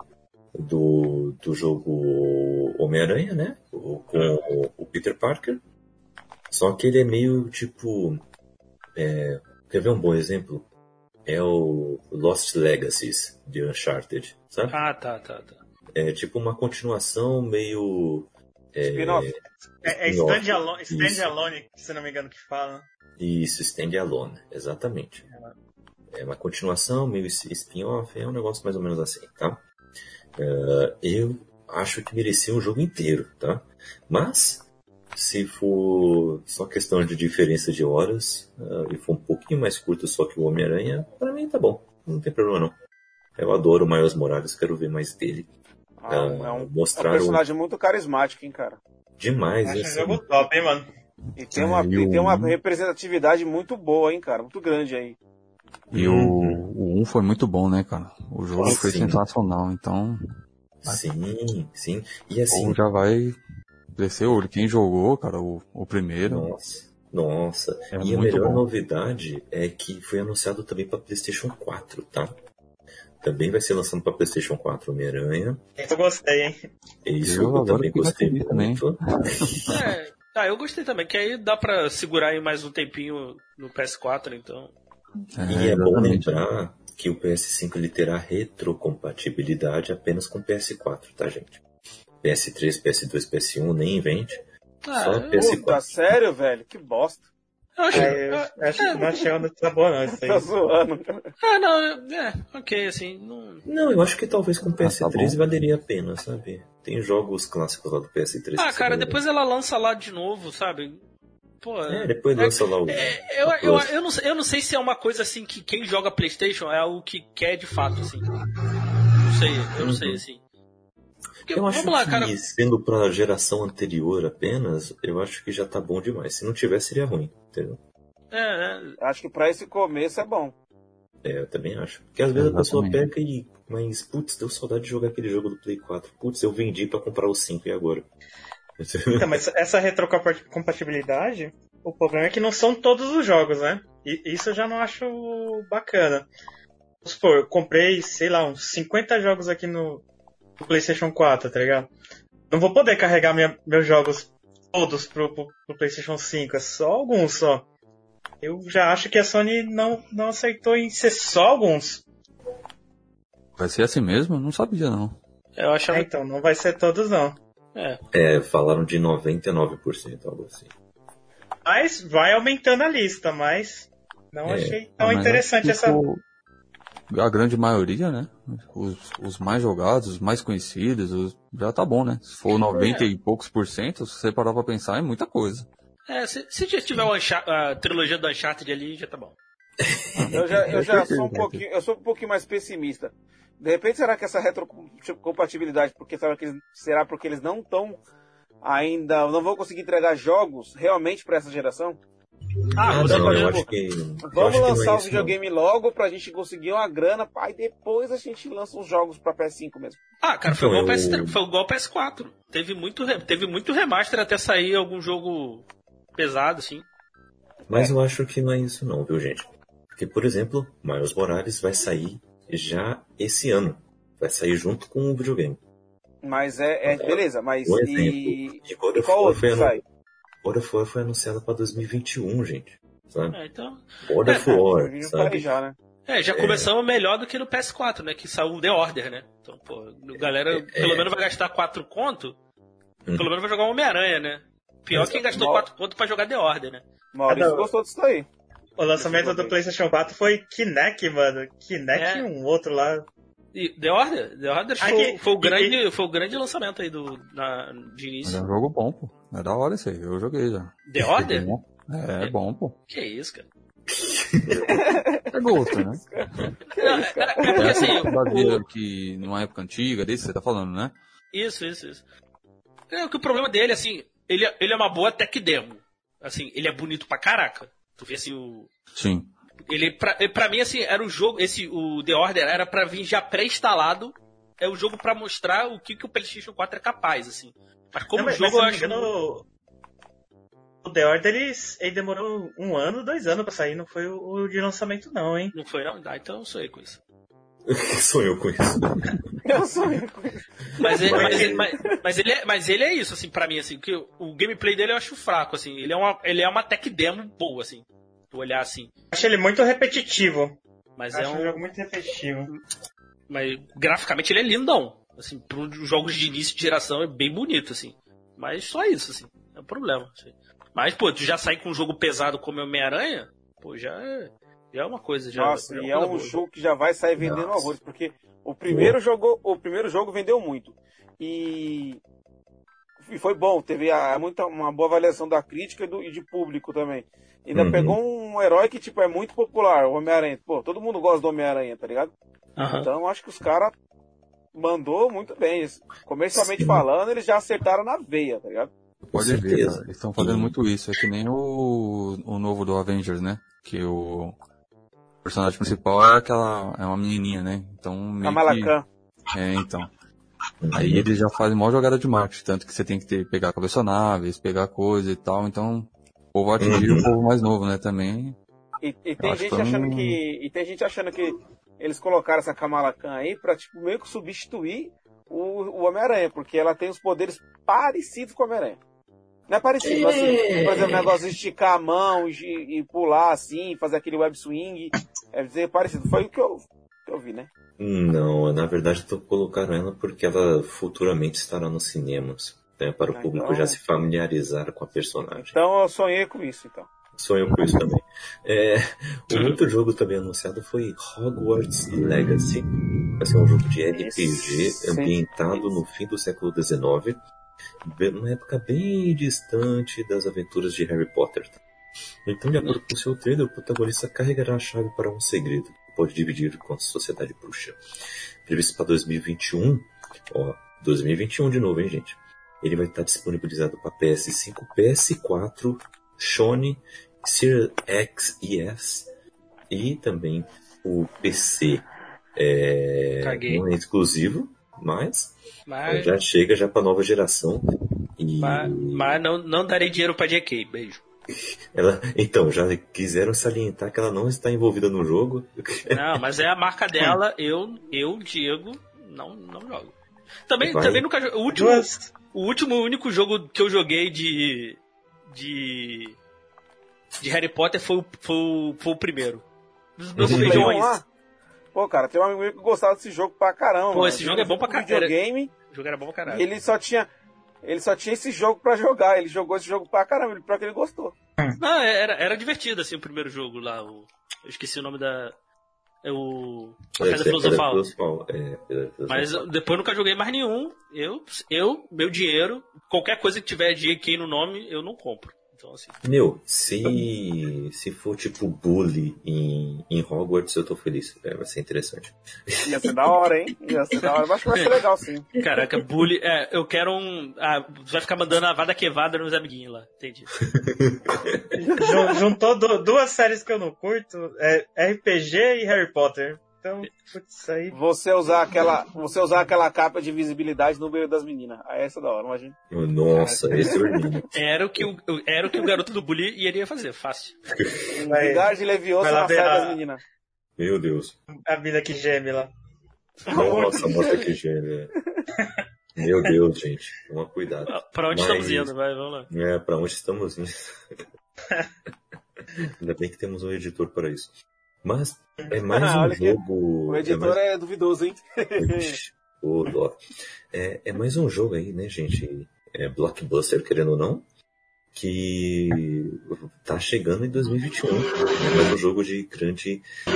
[SPEAKER 2] jogo Homem-Aranha, né? Com o Peter Parker. Só que ele é meio tipo... quer ver um bom exemplo? É o Lost Legacies de Uncharted, sabe?
[SPEAKER 3] Tá.
[SPEAKER 2] É tipo uma continuação meio...
[SPEAKER 5] Spin-off.
[SPEAKER 4] Stand-alone, se não me engano que fala.
[SPEAKER 2] Isso, Stand-alone, exatamente. É uma continuação, meio spin-off, é um negócio mais ou menos assim, tá? Eu acho que merecia um jogo inteiro, tá? Mas, se for só questão de diferença de horas, e for um pouquinho mais curto só que o Homem-Aranha, pra mim tá bom, não tem problema não. Eu adoro o Miles Morales, quero ver mais dele.
[SPEAKER 5] É um personagem muito carismático, hein, cara?
[SPEAKER 2] Demais,
[SPEAKER 4] acho um jogo top, hein, mano?
[SPEAKER 5] E tem uma representatividade muito boa, hein, cara? Muito grande aí.
[SPEAKER 6] E o 1 foi muito bom, né, cara? O jogo foi sensacional, então...
[SPEAKER 2] Sim. E assim...
[SPEAKER 6] já vai descer o olho. Quem jogou, cara, o primeiro...
[SPEAKER 2] Nossa. E a melhor novidade é que foi anunciado também para PlayStation 4, tá? Também vai ser lançado para PlayStation 4 Homem-Aranha.
[SPEAKER 4] Eu gostei, hein?
[SPEAKER 2] Isso, eu também gostei muito.
[SPEAKER 3] Eu gostei também, que aí dá pra segurar aí mais um tempinho no PS4, então...
[SPEAKER 2] E é bom lembrar que o PS5 ele terá retrocompatibilidade apenas com o PS4, tá, gente? PS3, PS2, PS1, nem invente. Só PS4.
[SPEAKER 5] Tá sério, velho? Que bosta.
[SPEAKER 4] Eu acho que não achei onda tá boa, não. Isso aí.
[SPEAKER 5] Tá zoando.
[SPEAKER 3] Ok, assim.
[SPEAKER 2] Não, eu acho que talvez com o PS3 valeria a pena, sabe? Tem jogos clássicos lá do PS3.
[SPEAKER 3] Cara, depois ela lança lá de novo, sabe? Pô,
[SPEAKER 2] depois lança lá o...
[SPEAKER 3] eu não sei se é uma coisa assim que quem joga PlayStation é algo que quer de fato, assim. Eu não sei, assim. Porque,
[SPEAKER 2] eu acho que, sendo pra geração anterior apenas, eu acho que já tá bom demais. Se não tivesse, seria ruim, entendeu?
[SPEAKER 5] Acho que pra esse começo é bom.
[SPEAKER 2] Eu também acho. Porque às vezes a pessoa
[SPEAKER 6] Exatamente.
[SPEAKER 2] pega. Mas, putz, deu saudade de jogar aquele jogo do Play 4. Putz, eu vendi pra comprar o 5 e agora?
[SPEAKER 4] Então, mas essa retrocompatibilidade, o problema é que não são todos os jogos, né? E isso eu já não acho bacana. Vamos supor, eu comprei, sei lá, uns 50 jogos aqui no PlayStation 4, tá ligado? Não vou poder carregar meus jogos todos pro PlayStation 5, é só alguns só. Eu já acho que a Sony não aceitou em ser só alguns.
[SPEAKER 6] Vai ser assim mesmo? Eu não sabia, não.
[SPEAKER 3] Eu achava.
[SPEAKER 4] Então, não vai ser todos não.
[SPEAKER 2] Falaram de 99%, algo assim.
[SPEAKER 4] Mas vai aumentando a lista, mas não achei tão
[SPEAKER 6] Mas
[SPEAKER 4] interessante
[SPEAKER 6] acho que
[SPEAKER 4] essa...
[SPEAKER 6] a grande maioria, né? Os mais jogados, os mais conhecidos, já tá bom, né? Se for 90 e poucos %, se você parar pra pensar, é muita coisa.
[SPEAKER 3] Se já tiver a trilogia do Uncharted ali, já tá bom.
[SPEAKER 5] Eu já sou um pouquinho mais pessimista. De repente, será que essa retrocompatibilidade, será porque eles não estão ainda, não vão conseguir entregar jogos realmente para essa geração?
[SPEAKER 2] Eu acho que...
[SPEAKER 5] Vamos lançar o videogame logo pra gente conseguir uma grana, aí depois a gente lança os jogos pra PS5 mesmo.
[SPEAKER 3] Cara, foi igual ao PS4. Teve muito remaster até sair algum jogo pesado, assim.
[SPEAKER 2] Mas eu acho que não é isso não, viu, gente? Porque, por exemplo, Miles Morales vai sair já esse ano. Vai sair junto com o videogame.
[SPEAKER 5] Mas beleza, mas
[SPEAKER 2] por exemplo,
[SPEAKER 5] e qual outro que sai?
[SPEAKER 2] God of War foi anunciado pra 2021, gente. Sabe?
[SPEAKER 3] Então...
[SPEAKER 2] God of War, sabe?
[SPEAKER 5] Já, né?
[SPEAKER 3] Já começamos melhor do que no PS4, né? Que saiu o The Order, né? Então, pô, a galera pelo menos vai gastar 4 conto, pelo menos vai jogar Homem-Aranha, né? Pior quem gastou 4 conto pra jogar The Order, né?
[SPEAKER 5] Maurício gostou disso aí.
[SPEAKER 4] O lançamento do PlayStation 4 foi Kinect, mano. Kinect e um outro lá.
[SPEAKER 3] E The Order? The Order foi o grande lançamento aí de início.
[SPEAKER 6] Mas é um jogo bom, pô. É da hora esse aí, eu joguei já.
[SPEAKER 3] The Order?
[SPEAKER 6] É bom, pô.
[SPEAKER 3] Que isso, cara?
[SPEAKER 6] É gosto, né?
[SPEAKER 3] É porque assim...
[SPEAKER 6] que numa época antiga, desse você tá falando, né?
[SPEAKER 3] Isso. É que o problema dele, assim, ele é uma boa tech demo. Assim, ele é bonito pra caraca. Tu vê assim o...
[SPEAKER 6] Sim.
[SPEAKER 3] Ele, pra mim, assim, era o jogo... o The Order era pra vir já pré-instalado. É o jogo pra mostrar o que o PlayStation 4 é capaz, assim. Mas como jogo, eu acho...
[SPEAKER 4] O The Order, ele demorou 1 ano, 2 anos pra sair. Não foi o de lançamento, não, hein?
[SPEAKER 3] Não foi, não? Então eu sonhei com isso.
[SPEAKER 2] Sou eu com isso.
[SPEAKER 5] Eu sonhei com isso.
[SPEAKER 3] Mas ele é isso, assim, pra mim, assim. Que o gameplay dele eu acho fraco, assim. Ele é uma tech demo boa, assim. Tu olhar assim.
[SPEAKER 4] Acho ele muito repetitivo.
[SPEAKER 3] Mas
[SPEAKER 4] acho um jogo muito repetitivo.
[SPEAKER 3] Mas graficamente ele é lindão. Assim, para os jogos de início de geração é bem bonito, assim. Mas só isso, assim. É um problema. Assim. Mas, pô, tu já sai com um jogo pesado como é Homem-Aranha, pô, já é uma coisa.
[SPEAKER 5] Nossa, e é um jogo que já vai sair vendendo horrores, porque o primeiro jogo vendeu muito. E foi bom, teve uma boa avaliação da crítica e de público também. Ainda pegou um herói que, tipo, é muito popular, o Homem-Aranha. Pô, todo mundo gosta do Homem-Aranha, tá ligado? Então, acho que os caras mandou muito bem. Comercialmente falando, eles já acertaram na veia, tá ligado?
[SPEAKER 6] Pode ver, cara. Eles estão fazendo muito isso. É que nem o novo do Avengers, né? Que o personagem principal é uma menininha, né? Então, meio
[SPEAKER 5] Kamala
[SPEAKER 6] então. Aí eles já fazem maior jogada de marketing, tanto que você tem que pegar colecionáveis, pegar coisa e tal, então o povo atingir o povo mais novo, né, também.
[SPEAKER 5] E tem gente achando que eles colocaram essa Kamala Khan aí pra, tipo, meio que substituir o Homem-Aranha, porque ela tem os poderes parecidos com o Homem-Aranha. Não é parecido, assim, por exemplo, o negócio de esticar a mão e pular assim, fazer aquele web swing, é dizer parecido. Foi o que eu vi, né?
[SPEAKER 2] Não, na verdade colocaram ela porque ela futuramente estará nos cinemas, né, para o público já se familiarizar com a personagem.
[SPEAKER 5] Então eu sonhei com isso, então.
[SPEAKER 2] Sonhei com isso também. Um outro jogo também anunciado foi Hogwarts Legacy. Vai ser um jogo de RPG ambientado no fim do século XIX, numa época bem distante das aventuras de Harry Potter. Então, de acordo com o seu trailer, o protagonista carregará a chave para um segredo que pode dividir com a sociedade bruxa. Previsto para 2021, 2021 de novo, hein, gente? Ele vai estar disponibilizado para PS5, PS4, Sony, Series X e S, e também o PC não é exclusivo, mas já chega já pra nova geração.
[SPEAKER 3] Mas não darei dinheiro pra JK, beijo.
[SPEAKER 2] Então, já quiseram salientar que ela não está envolvida no jogo.
[SPEAKER 3] Não, mas é a marca dela, eu Diego, não jogo. Também nunca joguei. O único jogo que eu joguei de Harry Potter foi o primeiro. Dos meus feijões.
[SPEAKER 5] Pô, cara, tem um amigo meu que gostava desse jogo pra caramba.
[SPEAKER 3] Pô, esse jogo é bom pra caralho.
[SPEAKER 5] O
[SPEAKER 3] jogo era bom pra caralho.
[SPEAKER 5] Ele só tinha esse jogo pra jogar. Ele jogou esse jogo pra caramba, pior que ele gostou.
[SPEAKER 3] Não, era divertido, assim, o primeiro jogo lá. Eu esqueci o nome da... A Pedra Filosofal. Mas depois eu nunca joguei mais nenhum. Meu dinheiro, qualquer coisa que tiver JK no nome, eu não compro. Então, assim.
[SPEAKER 2] Se for tipo Bully em Hogwarts, eu tô feliz. Vai ser interessante.
[SPEAKER 5] Ia ser da hora, hein? Ia ser da hora. Eu acho que vai ser legal, sim.
[SPEAKER 3] Caraca, Bully. Eu quero vai ficar mandando a Vada Quevada nos amiguinhos lá. Entendi.
[SPEAKER 4] Juntou duas séries que eu não curto: RPG e Harry Potter. Então, putz, aí.
[SPEAKER 5] Você usar aquela capa de visibilidade no meio das meninas. Aí essa é da hora, imagina.
[SPEAKER 2] Nossa, esse é o lindo.
[SPEAKER 3] Era o que o garoto do Bully iria fazer, fácil.
[SPEAKER 5] Ligar de Leviosa na saia das meninas.
[SPEAKER 2] Meu Deus.
[SPEAKER 4] A mina que geme lá.
[SPEAKER 2] Nossa, a moça que geme. Meu Deus, gente. Toma cuidado.
[SPEAKER 3] Pra onde estamos indo? Vamos lá.
[SPEAKER 2] Pra onde estamos indo. Ainda bem que temos um editor para isso. Mas é mais um jogo...
[SPEAKER 5] O editor é duvidoso, hein?
[SPEAKER 2] Ô, dó. É mais um jogo aí, né, gente? Blockbuster, querendo ou não, que tá chegando em 2021. É mais um jogo de grande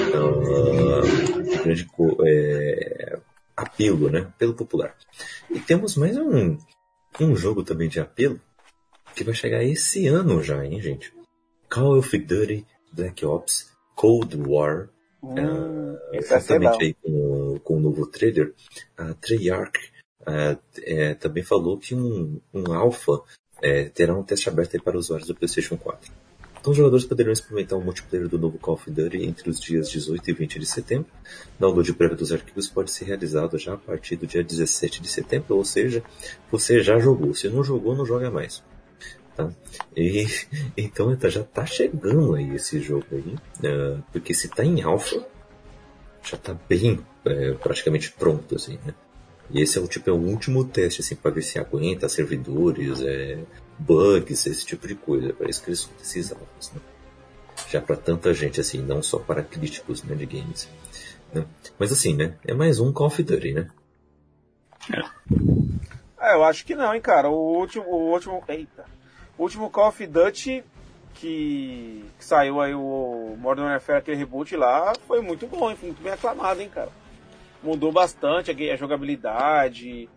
[SPEAKER 2] apelo, né? Apelo popular. E temos mais um jogo também de apelo que vai chegar esse ano já, hein, gente? Call of Duty Black Ops Cold War, exatamente aí com o novo trailer. A Treyarch também falou que um alpha terá um teste aberto aí para usuários do PlayStation 4. Então os jogadores poderão experimentar o multiplayer do novo Call of Duty entre os dias 18 e 20 de setembro. Download prévio dos arquivos pode ser realizado já a partir do dia 17 de setembro, ou seja, você já jogou. Se não jogou, não joga mais. Tá? Então já tá chegando aí esse jogo aí, porque se tá em alpha, já tá bem praticamente pronto, assim, né? E esse é o último teste, assim, para ver se aguenta servidores, bugs, esse tipo de coisa. Parece que eles são esses alphas, né? Já para tanta gente, assim, não só para críticos, né, de games, né? Mas assim, né? É mais um Call of Duty, né?
[SPEAKER 5] Eu acho que não, hein, cara. O último Call of Duty que saiu aí, o Modern Warfare, aquele reboot lá, foi muito bom, hein? Foi muito bem aclamado, hein, cara. Mudou bastante a jogabilidade.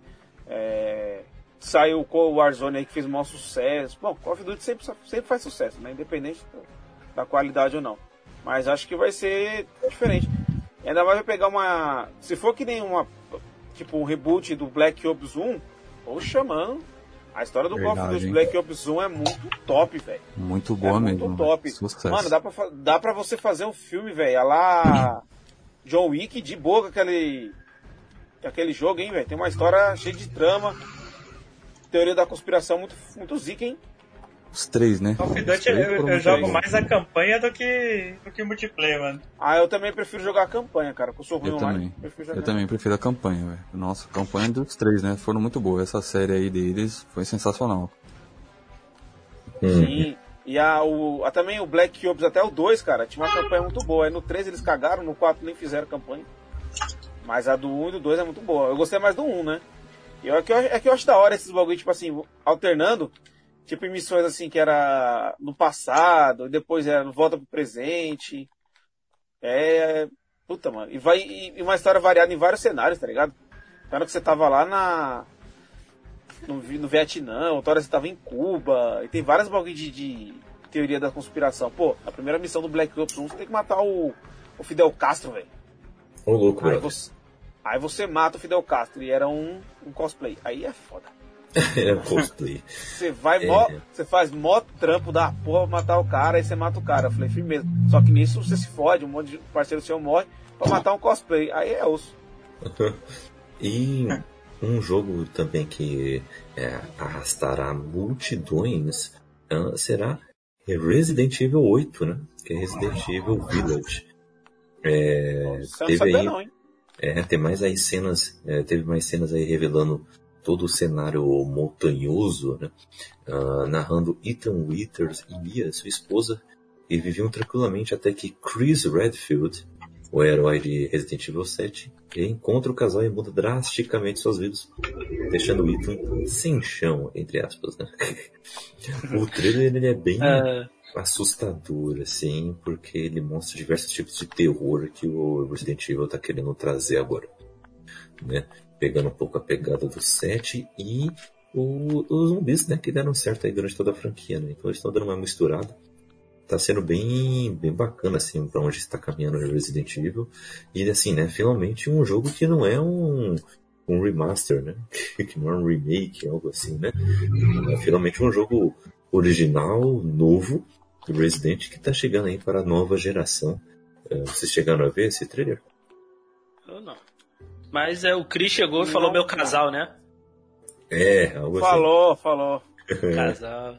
[SPEAKER 5] Saiu o Warzone aí que fez um maior sucesso. Bom, Call of Duty sempre faz sucesso, né? Independente da qualidade ou não. Mas acho que vai ser diferente. Ainda mais vai pegar se for que nem um reboot do Black Ops 1, poxa, mano. A história do Call of Duty Black Ops 1 é muito top, velho.
[SPEAKER 6] Muito boa mesmo.
[SPEAKER 5] Muito top.
[SPEAKER 6] Sucesso.
[SPEAKER 5] Mano, dá pra você fazer um filme, velho, lá John Wick de boa com aquele jogo, hein, velho. Tem uma história cheia de trama. Teoria da conspiração muito zica, hein.
[SPEAKER 6] Os três, né?
[SPEAKER 4] Call of Duty eu jogo mais a campanha do que multiplayer, mano.
[SPEAKER 5] Eu também prefiro jogar a campanha, cara, porque eu sou ruim online.
[SPEAKER 6] Eu também prefiro a campanha, velho. Nossa, a campanha dos três, né? Foram muito boas. Essa série aí deles foi sensacional.
[SPEAKER 5] Sim. E também o Black Ops, até o 2, cara, tinha uma campanha muito boa. Aí no 3 eles cagaram, no 4 nem fizeram campanha. Mas a do 1 e do 2 é muito boa. Eu gostei mais do 1, né? É que eu acho da hora esses bagulho, tipo assim, alternando. Tipo em missões assim que era no passado, e depois era volta pro presente. Puta, mano. E uma história variada em vários cenários, tá ligado? Na hora que você tava lá no Vietnã, outra hora você tava em Cuba. E tem várias bagulho de teoria da conspiração. Pô, a primeira missão do Black Ops 1 você tem que matar o Fidel Castro, velho.
[SPEAKER 2] Ô, louco,
[SPEAKER 5] Aí você mata o Fidel Castro e era um cosplay. Aí é foda.
[SPEAKER 2] É cosplay.
[SPEAKER 5] Você você faz mó trampo da porra pra matar o cara, aí você mata o cara. Eu falei, firmeza. Só que nisso você se fode, um monte de parceiro seu morre pra matar um cosplay. Aí é osso.
[SPEAKER 2] E um jogo também que arrastará multidões será Resident Evil 8, né? Que é Resident Evil Village. Teve aí,
[SPEAKER 5] não, hein?
[SPEAKER 2] teve mais cenas aí revelando todo o cenário montanhoso, né? Narrando Ethan Withers e Mia, sua esposa, e viviam tranquilamente até que Chris Redfield, o herói de Resident Evil 7, encontra o casal e muda drasticamente suas vidas, deixando o Ethan sem chão, entre aspas, né? O trailer ele é bem assustador, assim, porque ele mostra diversos tipos de terror que o Resident Evil tá querendo trazer agora, né? Pegando um pouco a pegada do 7 e os zumbis, né? Que deram certo aí durante toda a franquia, né? Então eles estão dando uma misturada. Tá sendo bem bacana, assim, pra onde está caminhando o Resident Evil. E, assim, né, finalmente um jogo que não é um remaster, né? Que não é um remake, algo assim, né? É finalmente um jogo original, novo, do Resident, que tá chegando aí para a nova geração. Vocês chegaram a ver esse trailer?
[SPEAKER 3] Eu não. Mas o Chris chegou e falou meu casal, né?
[SPEAKER 2] Algo
[SPEAKER 5] Falou.
[SPEAKER 3] Casal.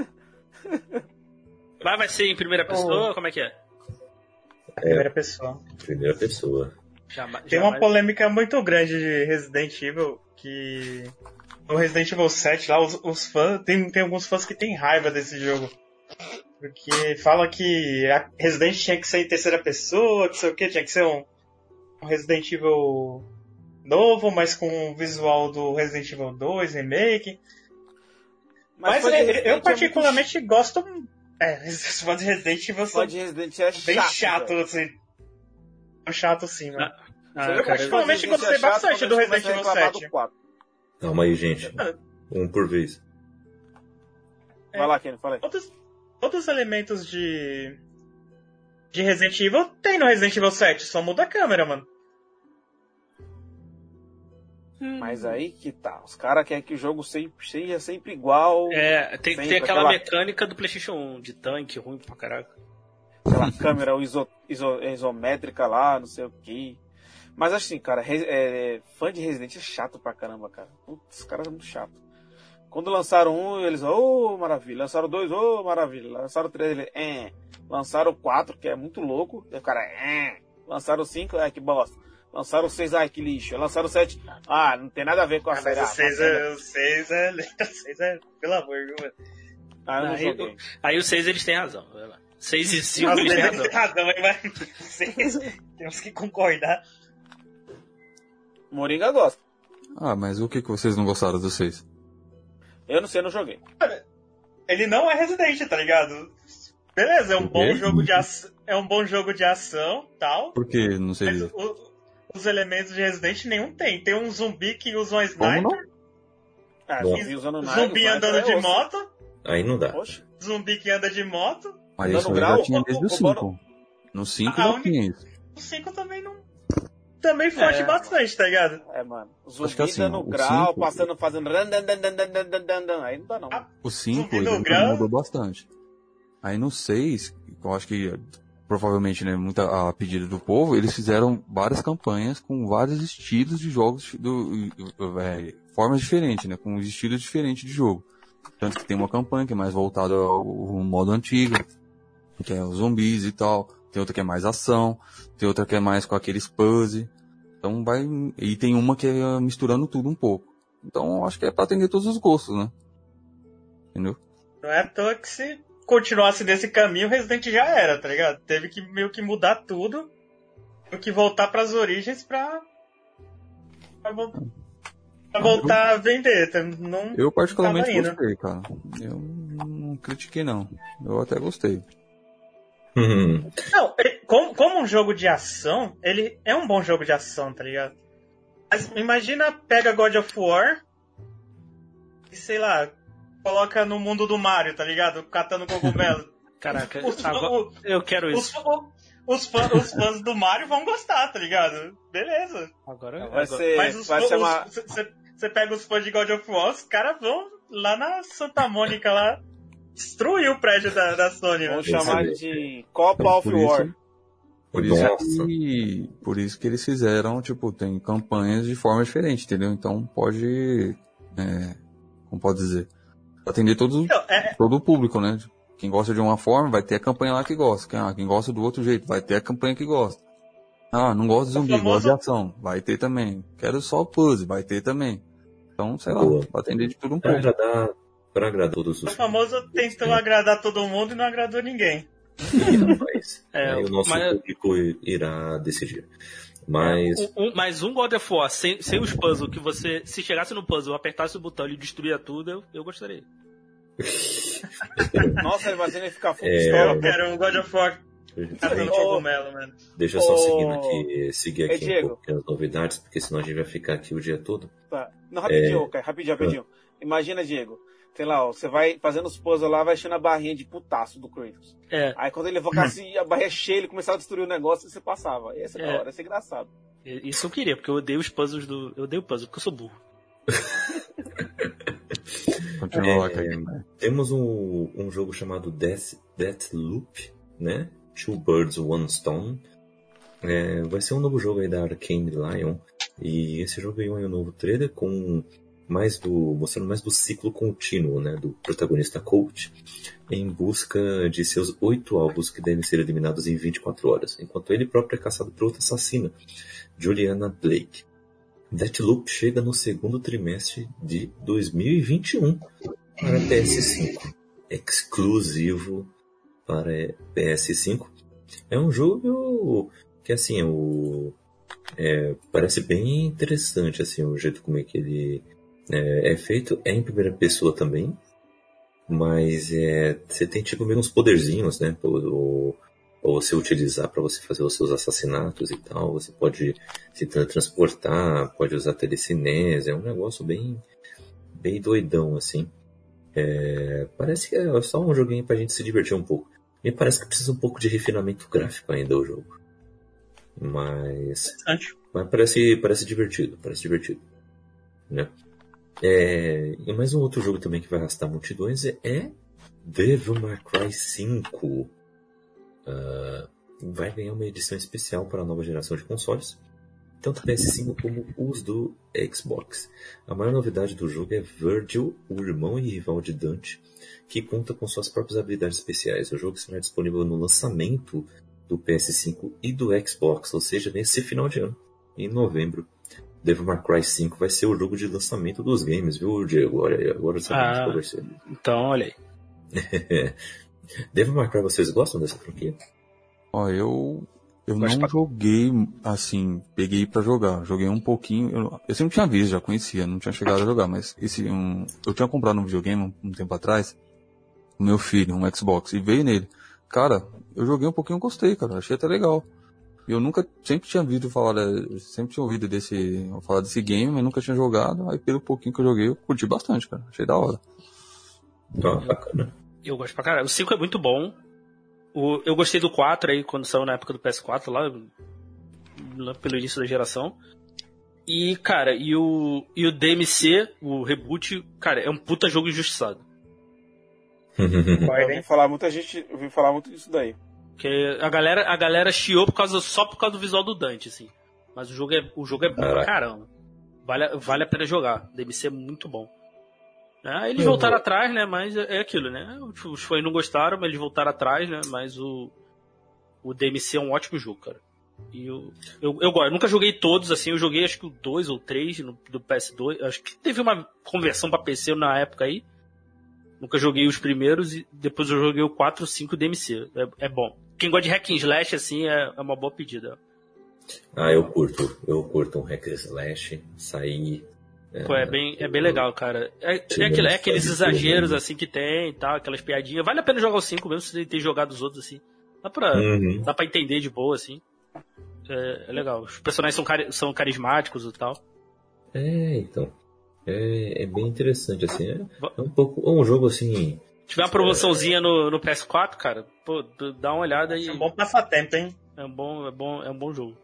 [SPEAKER 3] Mas vai ser em primeira pessoa? Como é que é?
[SPEAKER 4] Primeira pessoa.
[SPEAKER 2] Primeira pessoa.
[SPEAKER 4] Tem uma polêmica muito grande de Resident Evil, que no Resident Evil 7 lá, os fãs, tem alguns fãs que tem raiva desse jogo. Porque fala que a Resident tinha que ser em terceira pessoa, que sei o que, tinha que ser um Resident Evil novo, mas com o visual do Resident Evil 2 Remake. Mas eu particularmente gosto. Esses fãs de Resident Evil são bem chato, assim. É chato sim, mano. Eu particularmente gostei bastante do Resident Evil 7.
[SPEAKER 2] Calma aí, gente. Um por vez.
[SPEAKER 5] Vai lá, Kenny, fala aí.
[SPEAKER 4] Outros elementos de Resident Evil tem no Resident Evil 7, só muda a câmera, mano.
[SPEAKER 5] Mas aí que tá, os caras querem que o jogo seja sempre igual.
[SPEAKER 3] Tem aquela mecânica do PlayStation 1, de tanque ruim pra caraca.
[SPEAKER 5] Aquela câmera isométrica lá, não sei o que. Mas assim, cara, fã de Resident é chato pra caramba, cara. Putz, os caras são muito chato. Quando lançaram um, eles, maravilha. Lançaram dois, maravilha. Lançaram três, eles, Lançaram 4, que é muito louco. E o cara, Lançaram 5, que bosta. Lançaram 6, que lixo. Lançaram 7, não tem nada a ver com a série.
[SPEAKER 4] Mas o 6 é, pelo amor, viu, mano?
[SPEAKER 3] Aí o 6 eles têm razão. 6 e 5 eles têm razão.
[SPEAKER 4] Mas 6, temos que concordar.
[SPEAKER 5] Moringa gosta.
[SPEAKER 6] Mas o que vocês não gostaram do 6?
[SPEAKER 5] Eu não sei, não joguei.
[SPEAKER 4] Ele não é Resident, tá ligado? Beleza, é um bom jogo de ação, tal.
[SPEAKER 6] Por que não sei?
[SPEAKER 4] Mas os elementos de Resident nenhum tem. Tem um zumbi que usa uma sniper. Zumbi andando de moto.
[SPEAKER 2] Aí não dá.
[SPEAKER 5] Poxa.
[SPEAKER 4] Zumbi que anda de moto.
[SPEAKER 6] Mas isso já tinha desde o 5. No 5 já tinha isso.
[SPEAKER 4] O 5 também não... Também foge bastante, tá ligado?
[SPEAKER 5] Mano. Zumbi dando grau, passando, fazendo... Aí não dá, não.
[SPEAKER 6] O 5 ele mudou bastante. Aí no 6, eu acho que provavelmente, né, a pedido do povo, eles fizeram várias campanhas com vários estilos de jogos, formas diferentes, né, com estilos diferentes de jogo. Tanto que tem uma campanha que é mais voltada ao modo antigo, que é os zumbis e tal. Tem outra que é mais ação, tem outra que é mais com aqueles puzzle. Então e tem uma que é misturando tudo um pouco. Então acho que é pra atender todos os gostos, né? Entendeu?
[SPEAKER 4] Não é à toa que se continuasse nesse caminho, o Resident já era, tá ligado? Teve que meio que mudar tudo. Teve que voltar pras origens pra voltar a vender. Não,
[SPEAKER 6] eu particularmente gostei, cara. Eu não critiquei, não. Eu até gostei.
[SPEAKER 4] Não, como um jogo de ação, ele é um bom jogo de ação, tá ligado? Mas imagina, pega God of War e, sei lá, coloca no mundo do Mario, tá ligado? Catando cogumelo.
[SPEAKER 3] Caraca, eu quero isso.
[SPEAKER 4] Os fãs do Mario vão gostar, tá ligado? Beleza.
[SPEAKER 3] Agora
[SPEAKER 5] vai ser...
[SPEAKER 4] Mas você pega os fãs de God of War, os caras vão lá na Santa Mônica lá destruir o prédio da Sony.
[SPEAKER 5] Vamos
[SPEAKER 4] Né?
[SPEAKER 5] chamar de Copa of War.
[SPEAKER 6] Por isso que eles fizeram, tipo, tem campanhas de forma diferente, entendeu? Então pode, como pode dizer, atender todo o público, né? Quem gosta de uma forma vai ter a campanha lá que gosta. Quem gosta do outro jeito vai ter a campanha que gosta. Não gosto de zumbi, gosto de ação, vai ter também. Quero só puzzle, vai ter também. Então, sei lá, vai atender de tudo um pouco.
[SPEAKER 2] Para agradar todos os...
[SPEAKER 4] O famoso tentou agradar todo mundo e não agradou ninguém.
[SPEAKER 2] Mas o nosso público irá decidir.
[SPEAKER 3] Mas um God of War sem os puzzles, que você, se chegasse no puzzle, apertasse o botão e destruía tudo, eu gostaria.
[SPEAKER 5] Nossa, imagina ele ficar full pistola.
[SPEAKER 4] Eu quero um God of War.
[SPEAKER 2] Deixa eu só seguir aqui um pouco as novidades, porque senão a gente vai ficar aqui o dia todo.
[SPEAKER 5] Tá. Não, rapidinho, cara, rapidinho. Imagina, Diego, sei lá, você vai fazendo os puzzles lá, vai enchendo a barrinha de putaço do Kratos. Aí quando ele focasse a barrinha cheia, ele começava a destruir o negócio e você passava. Ia ser da hora, ia ser engraçado.
[SPEAKER 3] Isso eu queria, porque eu odeio os puzzles Eu odeio puzzle, porque eu sou burro.
[SPEAKER 6] Continua lá, Caio.
[SPEAKER 2] Temos um jogo chamado Deathloop, né? Two Birds, One Stone. Vai ser um novo jogo aí da Arcane Lion. E esse jogo ganhou um novo trailer mostrando mais do ciclo contínuo, né, do protagonista Colt, em busca de seus 8 alvos que devem ser eliminados em 24 horas, enquanto ele próprio é caçado por outra assassina, Juliana Blake. Deathloop chega no segundo trimestre de 2021 para PS5, exclusivo para PS5. É um jogo que, assim, parece bem interessante, assim, o jeito como é que ele é feito. É em primeira pessoa também, mas você tem, tipo, meio uns poderzinhos, né, pra você utilizar para você fazer os seus assassinatos e tal. Você pode se transportar, pode usar telecinese, é um negócio bem doidão, assim. Parece que é só um joguinho pra gente se divertir um pouco. Me parece que precisa um pouco de refinamento gráfico ainda o jogo. Mas parece divertido. Né? E mais um outro jogo também que vai arrastar multidões é Devil May Cry 5. Vai ganhar uma edição especial para a nova geração de consoles, tanto PS5 como os do Xbox. A maior novidade do jogo é Virgil, o irmão e rival de Dante, que conta com suas próprias habilidades especiais. O jogo será disponível no lançamento do PS5 e do Xbox, ou seja, nesse final de ano, em novembro. Devil May Cry 5 vai ser o jogo de lançamento dos games, viu, Diego? Olha aí, agora sabemos qual vai ser.
[SPEAKER 3] Então, olha aí.
[SPEAKER 2] Devil May Cry, vocês gostam dessa franquia?
[SPEAKER 6] Eu não joguei, assim, peguei pra jogar. Joguei um pouquinho. Eu sempre tinha visto, já conhecia, não tinha chegado a jogar, mas eu tinha comprado um videogame um tempo atrás, o meu filho, um Xbox, e veio nele. Cara, eu joguei um pouquinho e gostei, cara, achei até legal. Eu sempre tinha ouvido falar desse game, mas nunca tinha jogado. Aí pelo pouquinho que eu joguei, eu curti bastante, cara, achei da hora.
[SPEAKER 2] Bacana.
[SPEAKER 3] Eu gosto pra caralho. O 5 é muito bom. Eu gostei do 4 aí, quando saiu na época do PS4, lá pelo início da geração. E, cara, e o DMC, o reboot, cara, é um puta jogo injustiçado.
[SPEAKER 5] Eu ouvi falar muito disso daí.
[SPEAKER 3] Porque a galera chiou só por causa do visual do Dante, assim. Mas o jogo é bom pra caramba. Vale a pena jogar. DMC é muito bom. Eles voltaram atrás, né? Mas é aquilo, né? Os fãs não gostaram, mas eles voltaram atrás, né? Mas o DMC é um ótimo jogo, cara. E eu gosto. Eu nunca joguei todos, assim. Eu joguei acho que o 2 ou 3 do PS2. Acho que teve uma conversão pra PC na época aí. Nunca joguei os primeiros e depois eu joguei o 4 ou 5 DMC. É bom. Quem gosta de hack and slash, assim, é uma boa pedida.
[SPEAKER 2] Eu curto um hack and slash, sair...
[SPEAKER 3] É bem legal, cara. É aqueles exageros, assim, que tem e tal, aquelas piadinhas. Vale a pena jogar o 5 mesmo, se você ter jogado os outros, assim. Dá pra entender de boa, assim. É legal. Os personagens são carismáticos e tal.
[SPEAKER 2] Então. É bem interessante, assim. É um jogo, assim...
[SPEAKER 3] Se tiver uma promoçãozinha no PS4, cara, pô, dá uma olhada aí.
[SPEAKER 4] É um bom passatempo, hein?
[SPEAKER 3] É um bom jogo.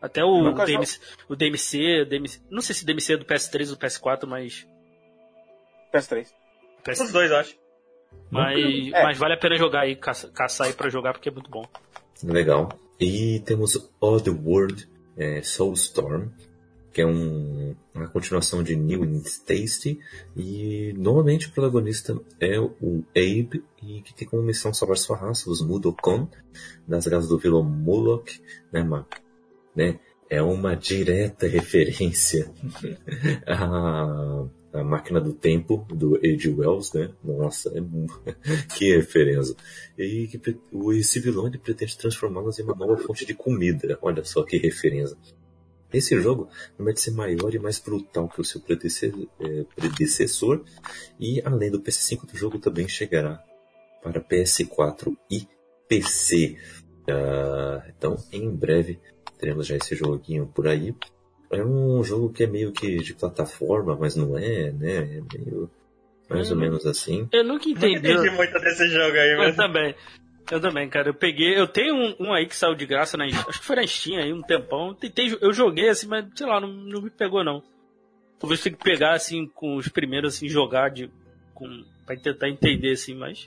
[SPEAKER 3] Até o DMC, não sei se DMC é do PS3 ou do PS4, mas...
[SPEAKER 5] PS3.
[SPEAKER 4] Os dois, eu acho.
[SPEAKER 3] Mas vale a pena jogar aí, caçar aí pra jogar, porque é muito bom.
[SPEAKER 2] Legal. E temos Oddworld Soulstorm, que é uma continuação de New and Tasty, e novamente o protagonista é o Abe, e que tem como missão salvar sua raça, os Mudokon, das raças do vilão Moloch, né? É uma direta referência à Máquina do Tempo, do H.G. Wells, né? Nossa, que referência. E esse vilão ele pretende transformá-las em uma nova fonte de comida. Olha só que referência. Esse jogo promete ser maior e mais brutal que o seu predecessor, e além do PS5, o jogo também chegará para PS4 e PC. Então, em breve, teremos já esse joguinho por aí. É um jogo que é meio que de plataforma, mas não é, né? É meio mais ou menos assim.
[SPEAKER 3] Eu nunca entendi.
[SPEAKER 4] Não entendi muito desse jogo aí, mas...
[SPEAKER 3] Eu também, cara. Eu tenho um aí que saiu de graça, acho que foi na Steam aí, um tempão. Eu joguei assim, mas sei lá, não me pegou não. Talvez tenha que pegar assim, com os primeiros, assim, jogar pra tentar entender, assim, mas...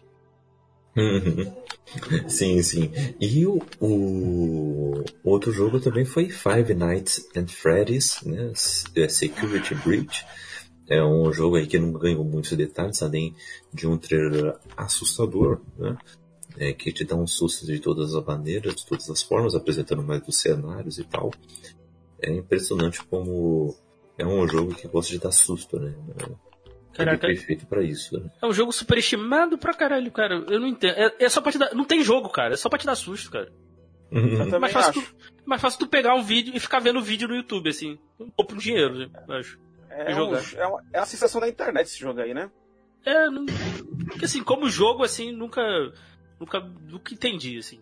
[SPEAKER 2] Sim. E o outro jogo também foi Five Nights at Freddy's, né? Security Breach. É um jogo aí que não ganhou muitos detalhes, além de um trailer assustador, né? Que te dá um susto de todas as maneiras, de todas as formas, apresentando mais dos cenários e tal. É impressionante como é um jogo que gosta de dar susto, né?
[SPEAKER 3] Caraca,
[SPEAKER 2] é perfeito pra isso, né?
[SPEAKER 3] É um jogo superestimado pra caralho, cara. Eu não entendo. É só pra te dar... Não tem jogo, cara. É só pra te dar susto, cara.
[SPEAKER 5] Eu também acho.
[SPEAKER 3] Mais fácil tu pegar um vídeo e ficar vendo vídeo no YouTube, assim. Ou por dinheiro, eu acho.
[SPEAKER 5] É a sensação da internet esse jogo aí, né?
[SPEAKER 3] Porque assim, como jogo, assim, nunca entendi, assim.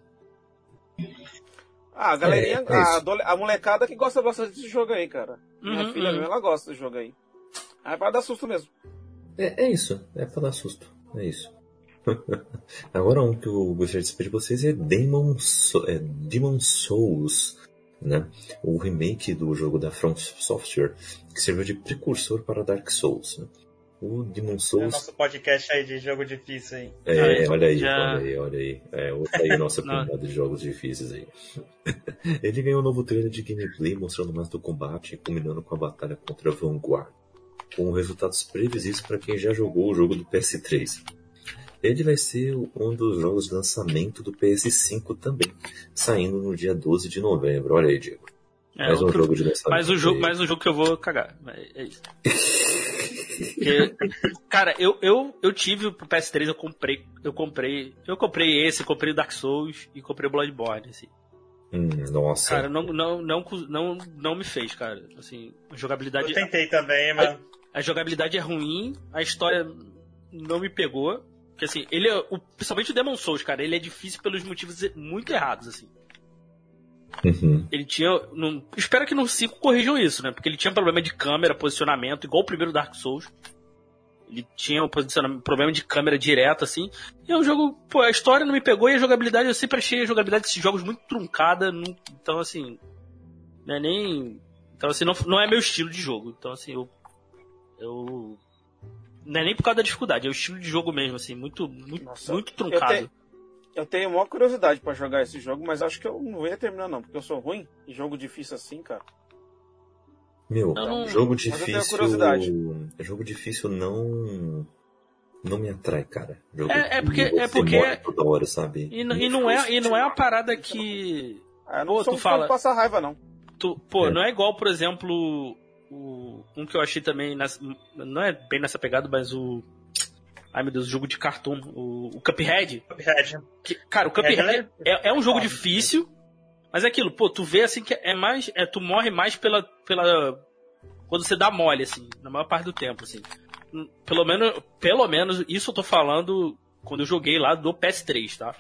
[SPEAKER 5] A galerinha, a molecada que gosta bastante desse jogo aí, cara. Minha filha mesmo, ela gosta desse jogo aí. É pra dar susto mesmo.
[SPEAKER 2] É isso, é pra dar susto, é isso. Agora um que eu gostaria de saber de vocês é Demon Souls, né? O remake do jogo da From Software, que serviu de precursor para Dark Souls, né? O Demon Souls...
[SPEAKER 4] É o nosso podcast aí de jogo difícil aí.
[SPEAKER 2] Olha aí. Outra aí nossa comunidade de jogos difíceis aí. Ele ganhou um novo trailer de gameplay mostrando mais do combate, culminando com a batalha contra Vanguard, com resultados previsíveis para quem já jogou o jogo do PS3. Ele vai ser um dos jogos de lançamento do PS5 também, saindo no dia 12 de novembro. Olha aí, Diego. Mais um jogo de lançamento.
[SPEAKER 3] Mais um jogo que eu vou cagar. É isso. Porque, cara, eu tive pro PS3, eu comprei esse, comprei o Dark Souls e comprei o Bloodborne, assim.
[SPEAKER 2] Nossa.
[SPEAKER 3] Cara, não me fez, cara. Assim, a jogabilidade...
[SPEAKER 4] Eu tentei também, mas...
[SPEAKER 3] A jogabilidade é ruim, a história não me pegou. Porque assim, principalmente o Demon Souls, cara, ele é difícil pelos motivos muito errados, assim. Ele tinha... espero que no 5 corrijam isso, né? Porque ele tinha problema de câmera, posicionamento, igual o primeiro Dark Souls. Ele tinha um problema de câmera direto, assim. E é um jogo... Pô, a história não me pegou e a jogabilidade... Eu sempre achei a jogabilidade desses jogos muito truncada. Então, assim... Não é nem... Então, assim, não é meu estilo de jogo. Então, assim, eu... Não é nem por causa da dificuldade. É o estilo de jogo mesmo, assim. Muito truncado.
[SPEAKER 5] Eu tenho maior curiosidade pra jogar esse jogo, mas acho que eu não ia terminar não, porque eu sou ruim em jogo difícil assim, cara.
[SPEAKER 2] Jogo difícil... Jogo difícil não me atrai, cara.
[SPEAKER 3] Porque
[SPEAKER 2] toda hora, sabe?
[SPEAKER 3] E não é uma parada que...
[SPEAKER 5] não sou tu fala passar raiva, não.
[SPEAKER 3] Não é igual, por exemplo, um que eu achei também... Não é bem nessa pegada, mas o... Ai, meu Deus, o jogo de cartoon. O Cuphead. Cara, o Cuphead é um jogo difícil, mas é aquilo, tu vê assim que é mais... tu morre mais pela... Quando você dá mole, assim, na maior parte do tempo, assim. Pelo menos isso eu tô falando quando eu joguei lá do PS3, tá?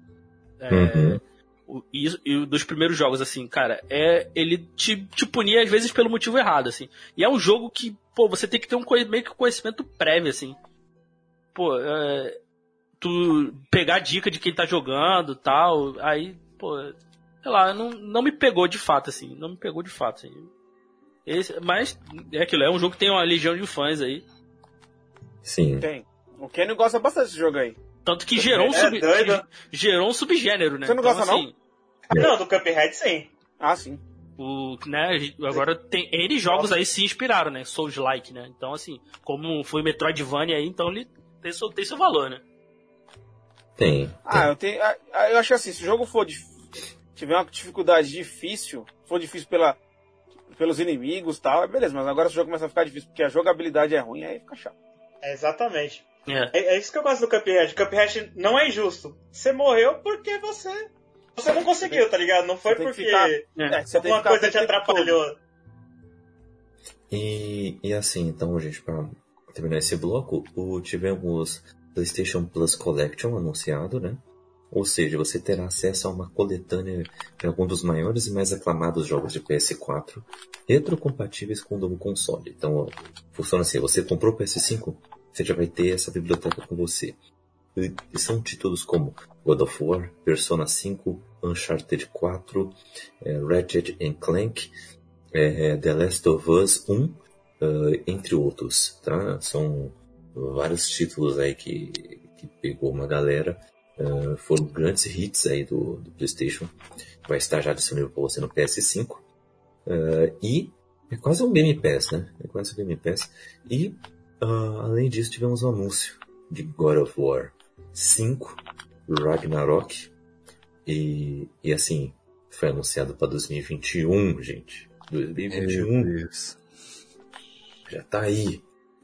[SPEAKER 3] E dos primeiros jogos, assim, cara, ele te punia às vezes pelo motivo errado, assim. E é um jogo que, você tem que ter meio que um conhecimento prévio, assim. Tu pegar dica de quem tá jogando e tal, aí, sei lá, não me pegou de fato, assim. Mas é aquilo, é um jogo que tem uma legião de fãs aí.
[SPEAKER 2] Sim.
[SPEAKER 5] Tem. O Kenny gosta bastante desse jogo aí.
[SPEAKER 3] Tanto que gerou gerou um subgênero, né?
[SPEAKER 5] Você não gosta,
[SPEAKER 3] assim,
[SPEAKER 4] Não, do Cuphead sim.
[SPEAKER 5] Ah, sim.
[SPEAKER 3] Agora tem N jogos aí se inspiraram, né? Souls-like, né? Então, assim, como foi Metroidvania aí, então ele tem seu valor, né?
[SPEAKER 2] Tem.
[SPEAKER 5] Eu acho assim, se o jogo tiver uma dificuldade difícil, for difícil pelos inimigos e tal, beleza, mas agora se o jogo começa a ficar difícil porque a jogabilidade é ruim, aí fica chato.
[SPEAKER 4] Exatamente. É isso que eu gosto do Cuphead. Cuphead não é injusto. Você morreu porque você não conseguiu, tá ligado? Não foi porque alguma coisa te atrapalhou.
[SPEAKER 2] E assim, então, gente, pra terminar esse bloco, tivemos PlayStation Plus Collection anunciado, né? Ou seja, você terá acesso a uma coletânea de alguns dos maiores e mais aclamados jogos de PS4 retrocompatíveis com o novo console. Então, funciona assim, você comprou o PS5, você já vai ter essa biblioteca com você. E são títulos como God of War, Persona 5, Uncharted 4, Ratchet & Clank, The Last of Us 1, entre outros, tá? São vários títulos aí que pegou uma galera. Foram grandes hits aí do PlayStation. Vai estar já disponível para você no PS5. E é quase um Game Pass, né? E além disso, tivemos um anúncio de God of War 5, Ragnarok. E assim, foi anunciado para 2021, gente. 2021. Já tá aí.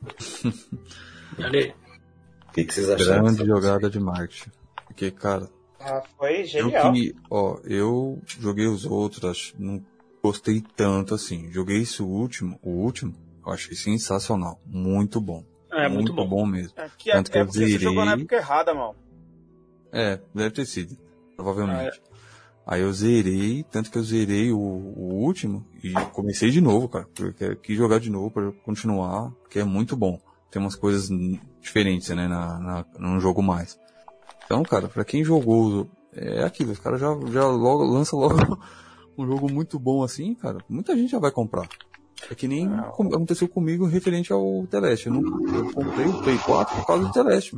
[SPEAKER 3] Olha aí.
[SPEAKER 2] O que vocês acharam?
[SPEAKER 6] Grande jogada de marketing. Porque, cara...
[SPEAKER 4] foi genial.
[SPEAKER 6] Eu joguei os outros, não gostei tanto assim. Joguei esse o último, eu achei sensacional. Muito bom.
[SPEAKER 3] Muito
[SPEAKER 6] bom mesmo.
[SPEAKER 5] Tanto que eu zerei... Você jogou na época errada, mal.
[SPEAKER 6] Deve ter sido. Provavelmente. Aí eu zerei, tanto que eu zerei o último e comecei de novo, cara. Porque eu quis jogar de novo pra continuar, porque é muito bom. Tem umas coisas diferentes, né, num jogo mais. Então, cara, pra quem jogou, é aquilo, os caras já lança logo um jogo muito bom assim, cara. Muita gente já vai comprar. É que nem aconteceu comigo referente ao Celeste. Eu comprei o Play 4 por causa do Celeste.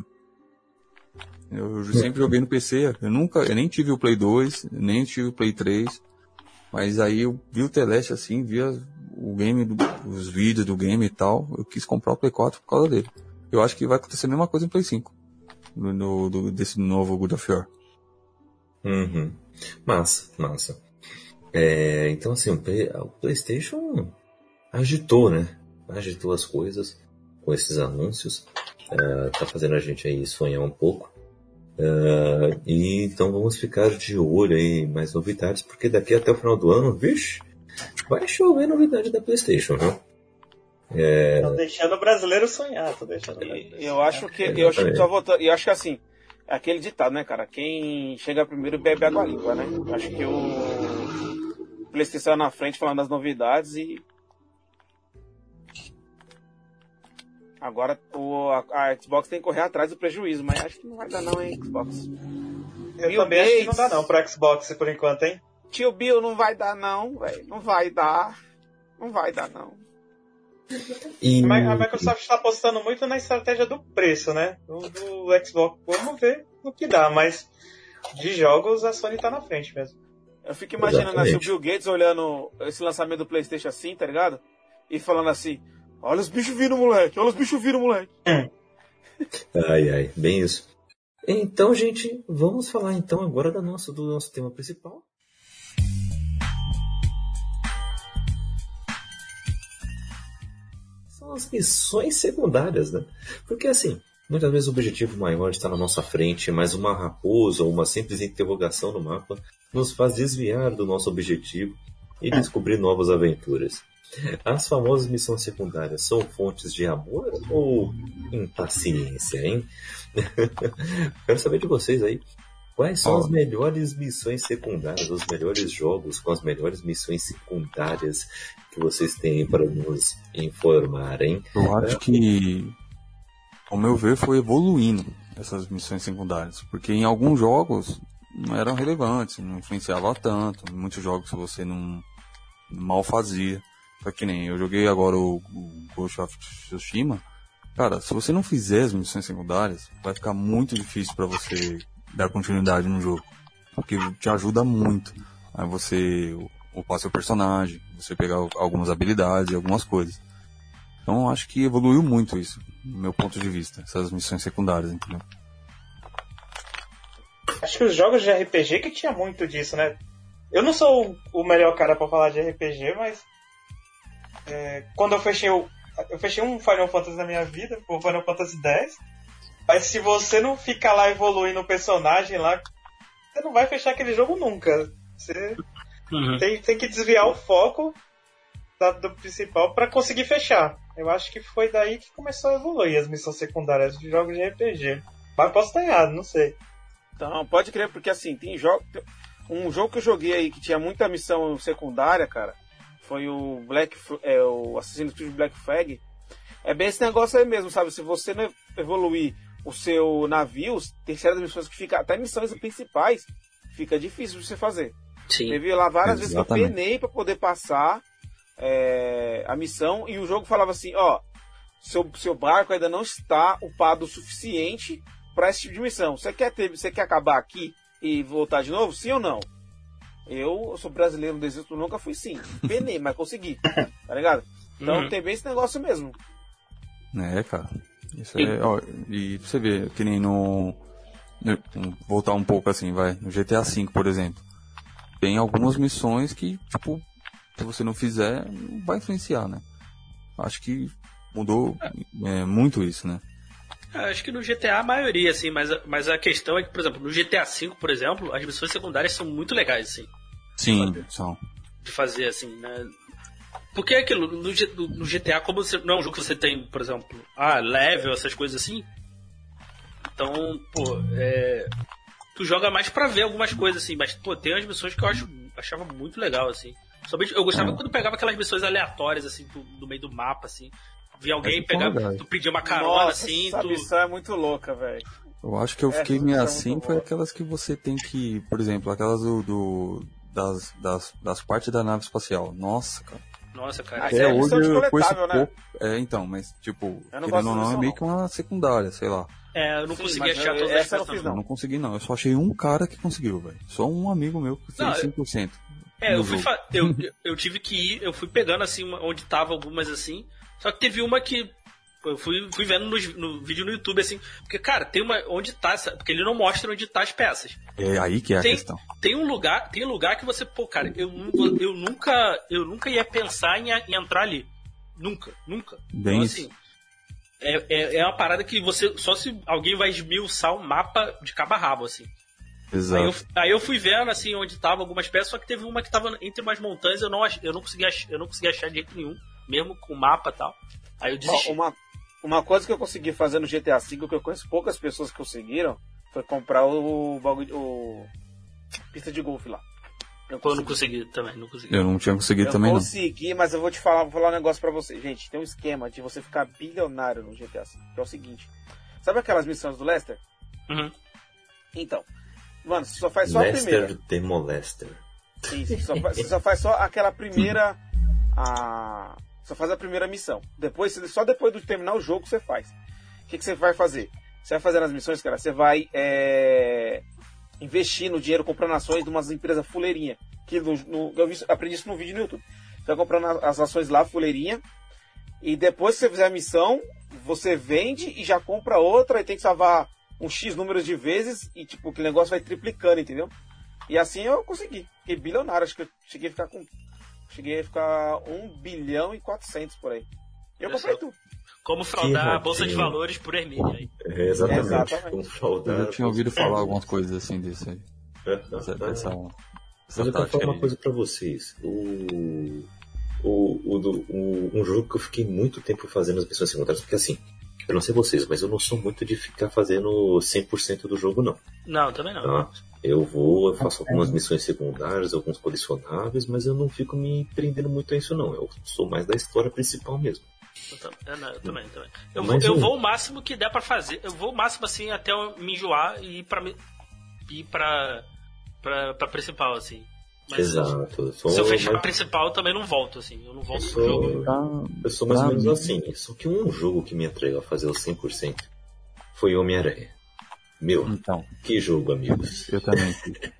[SPEAKER 6] Eu sempre joguei no PC, eu nem tive o Play 2, nem tive o Play 3, mas aí eu vi o Celeste assim, via o game, os vídeos do game e tal, eu quis comprar o Play 4 por causa dele. Eu acho que vai acontecer a mesma coisa no Play 5, desse novo God of War.
[SPEAKER 2] Uhum. Massa. Então assim, o PlayStation agitou, né? Agitou as coisas com esses anúncios, tá fazendo a gente aí sonhar um pouco. E então vamos ficar de olho aí em mais novidades, porque daqui até o final do ano, vixe, vai chover novidade da PlayStation, viu?
[SPEAKER 4] Tô deixando o brasileiro sonhar,
[SPEAKER 5] Eu acho que assim, é aquele ditado, né, cara? Quem chega primeiro bebe água limpa, né? Acho que o PlayStation na frente falando das novidades e agora a Xbox tem que correr atrás do prejuízo, mas acho que não vai dar não, hein, Xbox.
[SPEAKER 4] Eu também acho que não dá não pro Xbox por enquanto, hein?
[SPEAKER 5] Tio Bill, não vai dar não, velho. Não vai dar não.
[SPEAKER 4] A Microsoft está apostando muito na estratégia do preço, né? Do Xbox. Vamos ver no que dá, mas de jogos a Sony tá na frente mesmo.
[SPEAKER 5] Eu fico imaginando assim, o Bill Gates olhando esse lançamento do PlayStation assim, tá ligado? E falando assim: olha os bichos vindo, moleque.
[SPEAKER 2] Ai, bem isso. Então, gente, vamos falar então agora do nosso tema principal. São as missões secundárias, né? Porque assim, muitas vezes o objetivo maior está na nossa frente, mas uma raposa ou uma simples interrogação no mapa nos faz desviar do nosso objetivo e descobrir novas aventuras. As famosas missões secundárias são fontes de amor ou impaciência, hein? Quero saber de vocês aí. Quais são as melhores missões secundárias, os melhores jogos com as melhores missões secundárias que vocês têm para nos informar, hein?
[SPEAKER 6] Eu acho que, ao meu ver, foi evoluindo essas missões secundárias. Porque em alguns jogos não eram relevantes, não influenciava tanto. Muitos jogos que você não mal fazia. Só que nem eu joguei agora o Ghost of Tsushima. Cara, se você não fizer as missões secundárias, vai ficar muito difícil pra você dar continuidade no jogo. Porque te ajuda muito a você upar seu personagem, você pegar algumas habilidades e algumas coisas. Então acho que evoluiu muito isso, do meu ponto de vista, essas missões secundárias, entendeu?
[SPEAKER 4] Acho que os jogos de RPG que tinha muito disso, né? Eu não sou o melhor cara pra falar de RPG, mas quando eu fechei um Final Fantasy na minha vida, o Final Fantasy X, mas se você não ficar lá evoluindo o personagem lá, você não vai fechar aquele jogo nunca. Você tem que desviar o foco do principal pra conseguir fechar. Eu acho que foi daí que começou a evoluir as missões secundárias de jogos de RPG. Mas posso estar errado, não sei.
[SPEAKER 5] Então, pode crer, porque assim, um jogo que eu joguei aí que tinha muita missão secundária, cara, foi o Assassin's Creed Black Flag. É bem esse negócio aí mesmo, sabe? Se você não evoluir o seu navio, tem certas missões que fica, até missões principais, fica difícil de você fazer.
[SPEAKER 3] Sim.
[SPEAKER 5] Teve lá várias
[SPEAKER 6] Exatamente.
[SPEAKER 5] vezes que eu penei pra poder passar a missão, e o jogo falava assim, ó, seu barco ainda não está upado o suficiente pra esse tipo de missão. Você quer acabar aqui e voltar de novo? Sim ou não? Eu sou brasileiro, não desisto, nunca fui sim. Penei, mas consegui. Tá ligado? Então tem bem esse negócio mesmo.
[SPEAKER 6] Cara. Isso ó, e você vê, que nem voltar um pouco assim, vai. No GTA V, por exemplo. Tem algumas missões que, tipo, se você não fizer, não vai influenciar, né? Acho que mudou muito isso, né?
[SPEAKER 3] Acho que no GTA a maioria, assim, mas a questão é que, por exemplo, no GTA V, por exemplo, as missões secundárias são muito legais, assim.
[SPEAKER 6] Sim, são.
[SPEAKER 3] De fazer, assim, né? Porque é aquilo, no GTA, como não é um jogo que você tem, por exemplo, level, essas coisas assim. Então, tu joga mais pra ver algumas coisas, assim, mas, tem umas missões que eu achava muito legal, assim. Somente, eu gostava quando pegava aquelas missões aleatórias, assim, do meio do mapa, assim. Via alguém pegar, tu pedia uma carona.
[SPEAKER 5] Nossa,
[SPEAKER 3] assim,
[SPEAKER 5] essa missão é muito louca, velho.
[SPEAKER 6] Eu acho que eu fiquei meio assim, foi aquelas que você tem que, por exemplo, aquelas das partes da nave espacial. Nossa, cara.
[SPEAKER 3] Nossa, cara.
[SPEAKER 6] Até hoje eu conheço
[SPEAKER 5] né?
[SPEAKER 6] pouco. Então, mas tipo,
[SPEAKER 5] querendo
[SPEAKER 6] ou não, é meio que uma secundária, sei lá.
[SPEAKER 3] Eu não consegui achar todas as peças.
[SPEAKER 6] Eu não consegui, não. Eu só achei um cara que conseguiu, velho. Só um amigo meu que fez 100%.
[SPEAKER 3] Eu tive que ir, eu fui pegando assim onde tava algumas assim. Só que teve uma que eu fui vendo no vídeo no YouTube, assim, porque, cara, tem uma onde tá, porque ele não mostra onde tá as peças.
[SPEAKER 6] É aí que é a questão.
[SPEAKER 3] Tem lugar que você, cara, eu nunca ia pensar em entrar ali. Nunca.
[SPEAKER 6] Bem
[SPEAKER 3] então, assim, é uma parada que você, só se alguém vai esmiuçar o mapa de cabo a rabo, assim.
[SPEAKER 6] Exato.
[SPEAKER 3] Aí eu fui vendo, assim, onde tava algumas peças, só que teve uma que tava entre umas montanhas, eu não consegui achar de jeito nenhum, mesmo com o mapa e tal. Aí eu desisti.
[SPEAKER 5] Uma coisa que eu consegui fazer no GTA V, que eu conheço poucas pessoas que conseguiram, foi comprar o pista de golfe lá.
[SPEAKER 3] Eu não consegui também, não consegui.
[SPEAKER 6] Eu não tinha conseguido também, não.
[SPEAKER 5] Eu consegui, mas eu vou falar um negócio pra você. Gente, tem um esquema de você ficar bilionário no GTA V, que é o seguinte. Sabe aquelas missões do Lester?
[SPEAKER 3] Uhum.
[SPEAKER 5] Então, mano, você só faz só a primeira.
[SPEAKER 2] Lester the Molester.
[SPEAKER 5] Isso, você só faz só aquela primeira... Só faz a primeira missão. Só depois de terminar o jogo você faz. O que você vai fazer? Você vai fazer nas missões, cara, você vai investindo dinheiro, comprando ações de umas empresas fuleirinha. Que aprendi isso no vídeo no YouTube. Você vai comprando as ações lá, fuleirinha. E depois que você fizer a missão, você vende e já compra outra. E tem que salvar um X números de vezes. E tipo, aquele negócio vai triplicando, entendeu? E assim eu consegui. Fiquei bilionário. Acho que eu cheguei a ficar 1 bilhão e 400 por aí. Eu comprei tudo.
[SPEAKER 3] Como fraudar a Bolsa de Valores por Hermínia aí.
[SPEAKER 2] Exatamente. Como fraudar.
[SPEAKER 6] Eu tinha ouvido falar algumas coisas assim disso aí.
[SPEAKER 2] Mas eu quero falar uma coisa pra vocês. Um jogo que eu fiquei muito tempo fazendo as missões secundárias, porque assim, eu não sei vocês, mas eu não sou muito de ficar fazendo 100% do jogo, não.
[SPEAKER 3] Não, também não.
[SPEAKER 2] Tá? Eu faço algumas missões secundárias, alguns colecionáveis, mas eu não fico me prendendo muito a isso, não. Eu sou mais da história principal mesmo.
[SPEAKER 3] Eu também. Eu vou o máximo que der pra fazer. Eu vou o máximo assim até eu me enjoar e ir pra pra principal, assim. Mas
[SPEAKER 2] Exato.
[SPEAKER 3] se eu fechar a principal, eu também não volto, assim. Eu não volto pro jogo.
[SPEAKER 2] Eu sou mais ou menos assim. Só que um jogo que me atraiu a fazer o 100% foi Homem-Aranha. Meu,
[SPEAKER 6] então,
[SPEAKER 2] que jogo, amigos.
[SPEAKER 6] Eu também.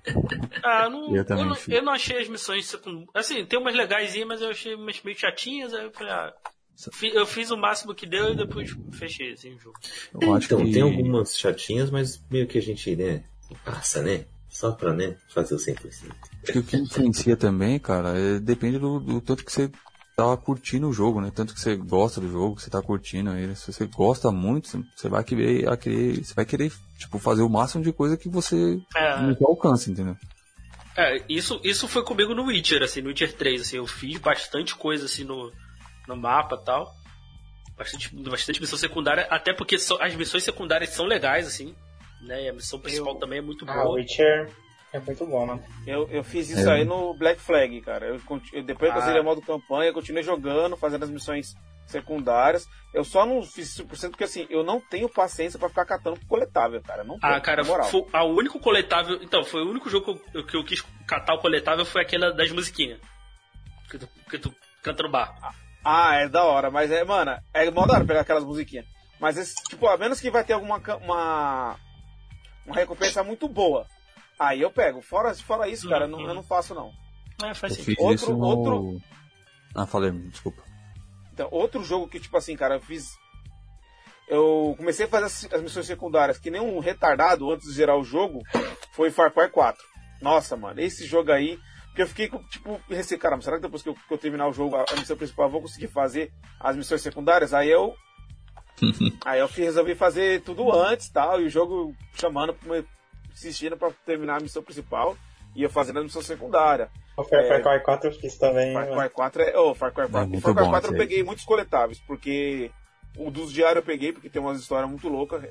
[SPEAKER 3] Eu não achei as missões secundárias. Assim, tem umas legaisinhas, mas eu achei umas meio chatinhas. Aí eu falei, eu fiz o máximo que deu e depois fechei assim, o jogo.
[SPEAKER 2] Então, tem algumas chatinhas, mas meio que a gente, né, passa, né? Só pra, né, fazer o 100%.
[SPEAKER 6] Acho que o que influencia também, cara, depende do tanto que você tá curtindo o jogo, né? Tanto que você gosta do jogo, que você tá curtindo ele. Se você gosta muito, você vai querer, tipo, fazer o máximo de coisa que você não alcança, entendeu?
[SPEAKER 3] Isso foi comigo no Witcher, assim, no Witcher 3, assim, eu fiz bastante coisa, assim, no mapa e tal. Bastante missão secundária, até porque as missões secundárias são legais, assim, né? E a missão principal também é muito boa.
[SPEAKER 4] O Witcher é muito bom, né?
[SPEAKER 5] Eu fiz isso aí no Black Flag, cara. Depois que eu zerei o modo campanha, eu continuei jogando, fazendo as missões secundárias. Eu só não fiz 100% porque, assim, eu não tenho paciência pra ficar catando coletável, cara. Não tenho,
[SPEAKER 3] cara, foi o único coletável... Então, foi o único jogo que eu quis catar o coletável, foi aquele das musiquinhas. Que tu canta no bar.
[SPEAKER 5] É da hora, mas mano, é mó da hora pegar aquelas musiquinhas. Mas, tipo, a menos que vai ter uma recompensa muito boa. Aí eu pego. Fora isso, cara, eu não faço, não.
[SPEAKER 3] Faz
[SPEAKER 6] eu
[SPEAKER 3] sentido.
[SPEAKER 6] fiz isso no... falei, desculpa.
[SPEAKER 5] Então, outro jogo que, tipo assim, cara, eu comecei a fazer as missões secundárias que nem um retardado antes de zerar o jogo, foi Far Cry 4. Nossa, mano, esse jogo aí, porque eu fiquei, tipo, receio, caramba, será que depois que eu terminar o jogo, a missão principal, eu vou conseguir fazer as missões secundárias? Aí eu resolvi fazer tudo antes e tal, e o jogo chamando, insistindo pra terminar a missão principal, e eu fazendo a missão secundária.
[SPEAKER 4] O Far Cry 4 eu fiz também.
[SPEAKER 5] Far Cry 4 Far Cry 4. Far Cry 4 eu peguei muitos coletáveis, porque o dos diários eu peguei, porque tem umas histórias muito loucas,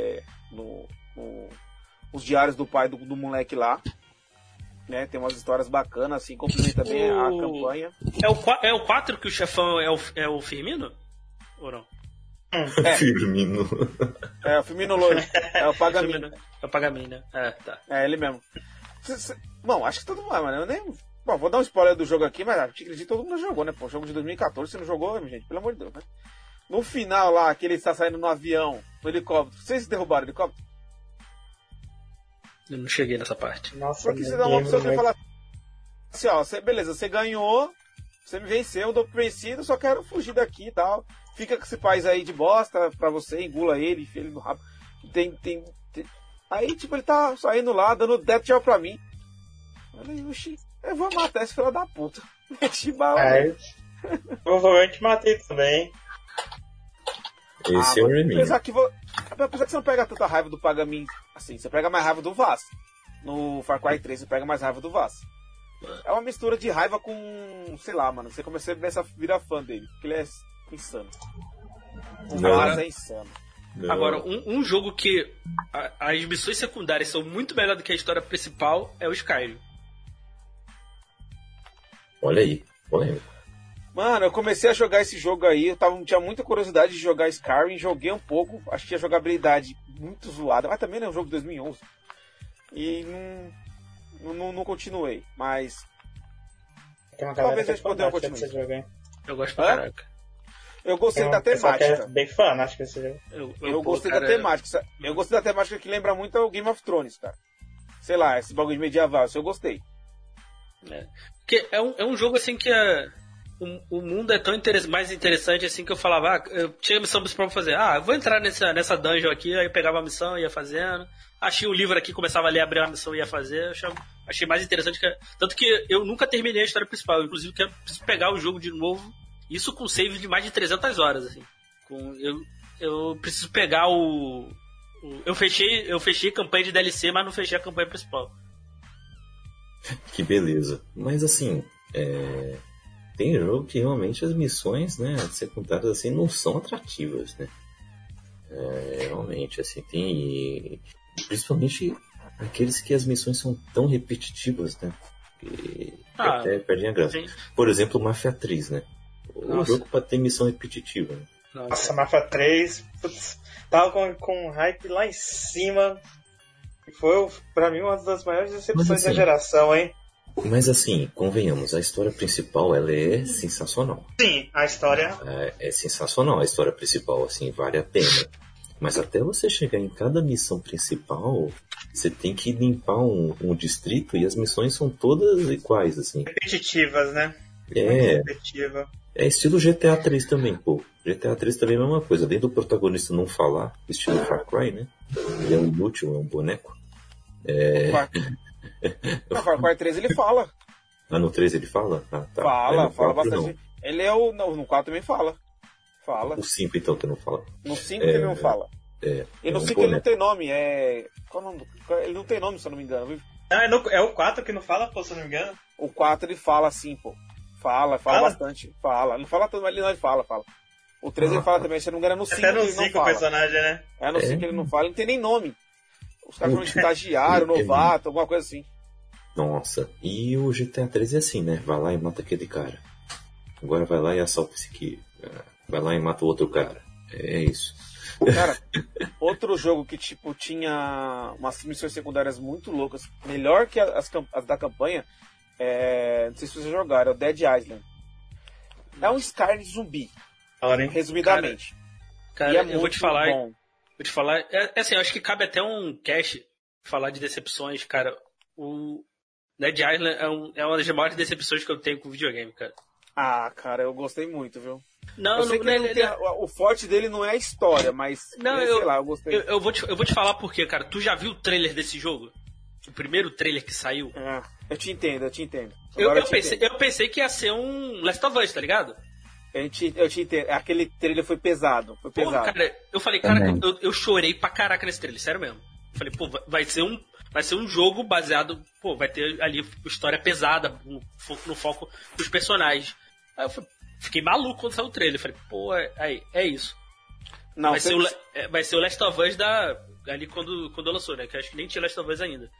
[SPEAKER 5] os diários do pai do moleque lá, né, tem umas histórias bacanas, assim, complementa bem a campanha.
[SPEAKER 3] É o 4 que o chefão é o Firmino? Ou não?
[SPEAKER 2] Firmino.
[SPEAKER 5] É o Firmino loiro. É o Pagamino.
[SPEAKER 3] É o Pagamino, né? Tá.
[SPEAKER 5] É ele mesmo. Bom, acho que todo mundo, mano. Eu nem. Bom, vou dar um spoiler do jogo aqui, mas acredito que todo mundo jogou, né? Pô, jogo de 2014, você não jogou, gente? Pelo amor de Deus, né? No final lá, que ele está saindo no avião, no helicóptero. Vocês derrubaram o helicóptero?
[SPEAKER 3] Eu não cheguei nessa parte.
[SPEAKER 4] Nossa,
[SPEAKER 5] porque você dá uma opção de falar assim, ó, beleza, você ganhou, você me venceu, eu dou vencido, só quero fugir daqui e tal. Fica com esse país aí de bosta pra você, engula ele, enfia ele no rabo. Aí, tipo, ele tá saindo lá, dando death tchau pra mim. Eu falei, oxi, eu vou matar esse filho da puta. Meti bala.
[SPEAKER 4] Provavelmente matei também.
[SPEAKER 2] Esse é o Reminho.
[SPEAKER 5] Apesar que você não pega tanta raiva do Pagamin assim, você pega mais raiva do Vaz. No Far Cry 3 você pega mais raiva do Vaz. É uma mistura de raiva com, sei lá, mano, você começa a virar fã dele, porque ele é insano. O Vaz é insano.
[SPEAKER 2] Não.
[SPEAKER 3] Agora, um jogo que as missões secundárias são muito melhor do que a história principal é o Skyrim.
[SPEAKER 2] Olha aí, polêmico.
[SPEAKER 5] Mano, eu comecei a jogar esse jogo aí, tinha muita curiosidade de jogar Skyrim, joguei um pouco, achei a jogabilidade muito zoada, mas também é um jogo de 2011. E não continuei, mas talvez eu poder continuar.
[SPEAKER 3] Eu gosto pra caraca.
[SPEAKER 5] Eu gostei da temática.
[SPEAKER 4] É bem fanático esse jogo.
[SPEAKER 5] Eu gostei da temática. Eu gostei da temática que lembra muito o Game of Thrones, cara. Sei lá, esse bagulho de medieval, isso eu gostei.
[SPEAKER 3] Porque é um jogo assim que o mundo é tão mais interessante assim que eu falava, eu tinha missão principal pra fazer. Eu vou entrar nessa dungeon aqui, aí eu pegava a missão e ia fazendo. Achei o livro aqui, começava a ler, abrir a missão e ia fazer. Achei mais interessante tanto que eu nunca terminei a história principal. Inclusive, preciso pegar o jogo de novo. Isso com save de mais de 300 horas, assim. Eu preciso pegar eu fechei campanha de DLC, mas não fechei a campanha principal.
[SPEAKER 2] Que beleza. Mas assim, tem jogo que realmente as missões, né, secundárias assim, não são atrativas, né? Realmente, assim, tem... Principalmente aqueles que as missões são tão repetitivas, né? Que até perdem a graça. Sim. Por exemplo, Mafia 3, né? O jogo pra ter missão repetitiva. Né?
[SPEAKER 4] Nossa, Mafia 3, putz, tava com hype lá em cima. Foi, pra mim, uma das maiores decepções
[SPEAKER 2] Mas, assim,
[SPEAKER 4] da geração, hein?
[SPEAKER 2] Mas assim, convenhamos, a história principal, ela é sensacional.
[SPEAKER 4] Sim, a história...
[SPEAKER 2] É sensacional a história principal, assim, vale a pena. Mas até você chegar em cada missão principal, você tem que limpar um distrito e as missões são todas iguais, assim.
[SPEAKER 4] repetitivas, né?
[SPEAKER 2] É.
[SPEAKER 4] Muito repetitiva.
[SPEAKER 2] É estilo GTA 3 também, pô. GTA 3 também é a mesma coisa. Além do protagonista não falar, estilo Far Cry, né? Ele é um inútil, é um boneco.
[SPEAKER 5] No Far Cry 3 ele fala.
[SPEAKER 2] Ah, no 3 ele fala? Ah, tá.
[SPEAKER 5] Fala
[SPEAKER 2] No
[SPEAKER 5] bastante.
[SPEAKER 2] não.
[SPEAKER 5] Ele é no 4 também fala. Fala.
[SPEAKER 2] O 5 então que não fala.
[SPEAKER 5] No 5 ele não fala. E no 5 ele não tem nome. Qual o nome ele não tem nome, se eu não me engano, viu?
[SPEAKER 4] Ah, é o 4 que não fala, pô, se eu não me engano.
[SPEAKER 5] O 4 ele fala assim, pô. Fala bastante. Fala. Não fala tanto, mas ele não fala. O 3 ele fala também, se eu não me engano, no 5
[SPEAKER 4] Até no
[SPEAKER 5] ele não
[SPEAKER 4] 5 o
[SPEAKER 5] fala.
[SPEAKER 4] personagem, né?
[SPEAKER 5] No 5 ele não fala, ele não tem nem nome. Os caras chamam de estagiário, novato, alguma coisa assim.
[SPEAKER 2] Nossa, e o GTA 3 é assim, né? Vai lá e mata aquele cara. Agora vai lá e assalta esse aqui. Vai lá e mata o outro cara. É isso.
[SPEAKER 5] Cara, outro jogo que tipo tinha umas missões secundárias muito loucas, melhor que as da campanha, não sei se vocês jogaram, é o Dead Island. É um Skyrim zumbi, resumidamente.
[SPEAKER 3] Cara,
[SPEAKER 5] E é
[SPEAKER 3] eu vou
[SPEAKER 5] muito
[SPEAKER 3] te falar.
[SPEAKER 5] bom.
[SPEAKER 3] Vou te falar. Assim, eu acho que cabe até um cast falar de decepções, cara. O Dead Island é uma das maiores decepções que eu tenho com videogame, cara.
[SPEAKER 5] Ah, cara, eu gostei muito, viu?
[SPEAKER 3] Não,
[SPEAKER 5] eu sei que o forte dele não é a história, mas sei lá, eu gostei.
[SPEAKER 3] Eu vou te falar por quê, cara. Tu já viu o trailer desse jogo? O primeiro trailer que saiu?
[SPEAKER 5] Eu te entendo.
[SPEAKER 3] Eu pensei que ia ser um Last of Us, tá ligado?
[SPEAKER 5] Eu te entendo. Aquele trailer foi pesado.
[SPEAKER 3] Porra, cara, eu falei, cara, eu chorei pra caraca nesse trailer, sério mesmo. Eu falei, pô, vai ser um jogo baseado, pô, vai ter ali história pesada, no foco dos personagens. Aí eu fiquei maluco quando saiu o trailer. Eu falei, pô, é isso.
[SPEAKER 5] Não,
[SPEAKER 3] vai ser o Last of Us ali quando lançou, né? Que eu acho que nem tinha Last of Us ainda.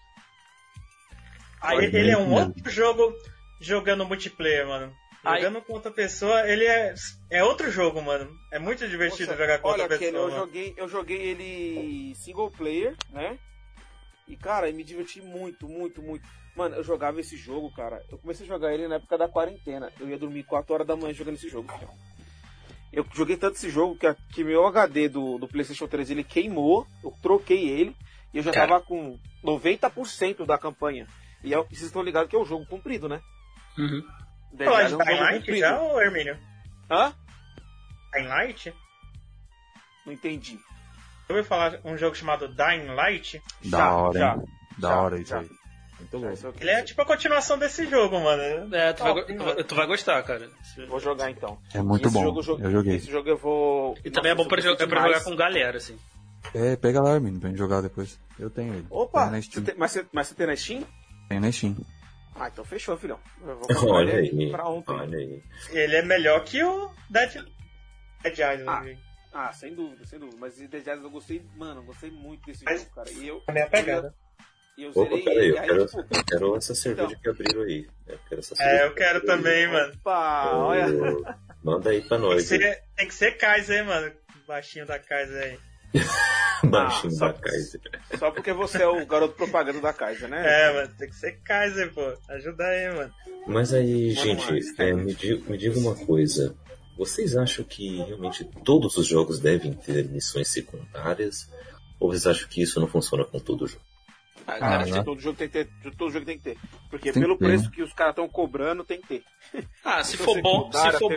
[SPEAKER 4] Aí ele é um outro jogo jogando multiplayer, mano. Jogando com outra pessoa, ele é outro jogo, mano. É muito divertido jogar com outra pessoa.
[SPEAKER 5] Eu joguei ele single player, né? E, cara, eu me diverti muito. Mano, eu jogava esse jogo, cara. Eu comecei a jogar ele na época da quarentena. Eu ia dormir 4 horas da manhã jogando esse jogo. Eu joguei tanto esse jogo que meu HD do PlayStation 3 ele queimou. Eu troquei ele e eu já tava com 90% da campanha. E vocês estão ligados que é um jogo comprido, né?
[SPEAKER 3] Uhum.
[SPEAKER 4] Falar de Dying Light já, ô Hermínio?
[SPEAKER 5] Hã?
[SPEAKER 4] Dying Light?
[SPEAKER 5] Não entendi.
[SPEAKER 4] Eu ouvi falar um jogo chamado Dying Light.
[SPEAKER 6] Da hora isso aí. Muito louco.
[SPEAKER 4] Ele é tipo a continuação desse jogo, mano.
[SPEAKER 3] Tu vai gostar, cara.
[SPEAKER 5] Vou jogar então.
[SPEAKER 6] É muito bom. Eu joguei.
[SPEAKER 5] Esse jogo eu vou...
[SPEAKER 3] E também é bom pra jogar com galera, assim.
[SPEAKER 6] Pega lá, Armin, pra gente jogar depois. Eu tenho ele.
[SPEAKER 5] Opa! Mas você tem na Steam?
[SPEAKER 6] Tem na Steam.
[SPEAKER 5] Ah, então fechou, filhão. Eu vou
[SPEAKER 2] comprar ele
[SPEAKER 5] pra ontem.
[SPEAKER 2] Olha aí.
[SPEAKER 4] Ele é melhor que o Dead Island.
[SPEAKER 5] Sem dúvida. Mas Dead Island eu gostei muito desse jogo, cara. E eu...
[SPEAKER 4] A minha pegada.
[SPEAKER 5] Zerei
[SPEAKER 2] peraí,
[SPEAKER 5] ele.
[SPEAKER 2] eu quero essa cerveja que abriram aí.
[SPEAKER 4] Eu quero também, mano.
[SPEAKER 5] Opa, olha.
[SPEAKER 2] Manda aí pra nós.
[SPEAKER 4] Tem que ser Kaiser, mano. Baixinho da Kaiser aí.
[SPEAKER 2] Baixinho da Kaiser.
[SPEAKER 5] Só porque você é o garoto propaganda da Kaiser, né?
[SPEAKER 4] Mano, tem que ser Kaiser, pô. Ajuda aí, mano.
[SPEAKER 2] Mas aí, gente, me diga uma coisa. Vocês acham que realmente todos os jogos devem ter missões secundárias? Ou vocês acham que isso não funciona com todo jogo?
[SPEAKER 5] Cara, acho que todo jogo tem que ter. Porque pelo preço que os caras estão cobrando, tem que ter.
[SPEAKER 3] Se for bom.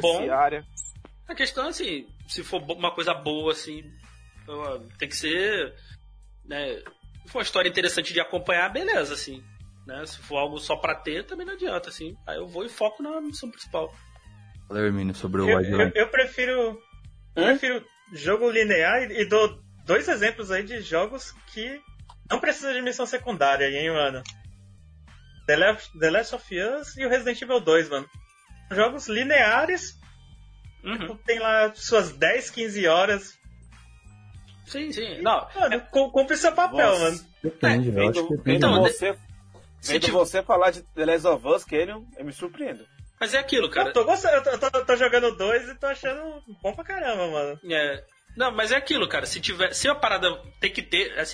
[SPEAKER 3] A questão é assim, se for uma coisa boa, assim, tem que ser, né? Se for uma história interessante de acompanhar, beleza, assim, né? Se for algo só pra ter, também não adianta, assim. Aí eu vou e foco na missão principal.
[SPEAKER 6] Fala, Hermínio, sobre o Wildlands.
[SPEAKER 4] Eu prefiro jogo linear e dou 2 exemplos aí de jogos que não precisam de missão secundária, hein, mano? The Last of Us e o Resident Evil 2, mano. Jogos lineares. Tipo, tem lá suas 10, 15 horas.
[SPEAKER 3] Sim. Não,
[SPEAKER 4] mano, cumpre seu papel, mano.
[SPEAKER 6] Depende, eu acho que depende.
[SPEAKER 5] Então, você falar de The Last of Us, Kenyon, eu me surpreendo.
[SPEAKER 3] Mas é aquilo, cara.
[SPEAKER 4] Eu tô gostando, eu tô jogando 2 e tô achando bom pra caramba, mano.
[SPEAKER 3] Não, mas é aquilo, cara. Se a parada tem que ter, assim,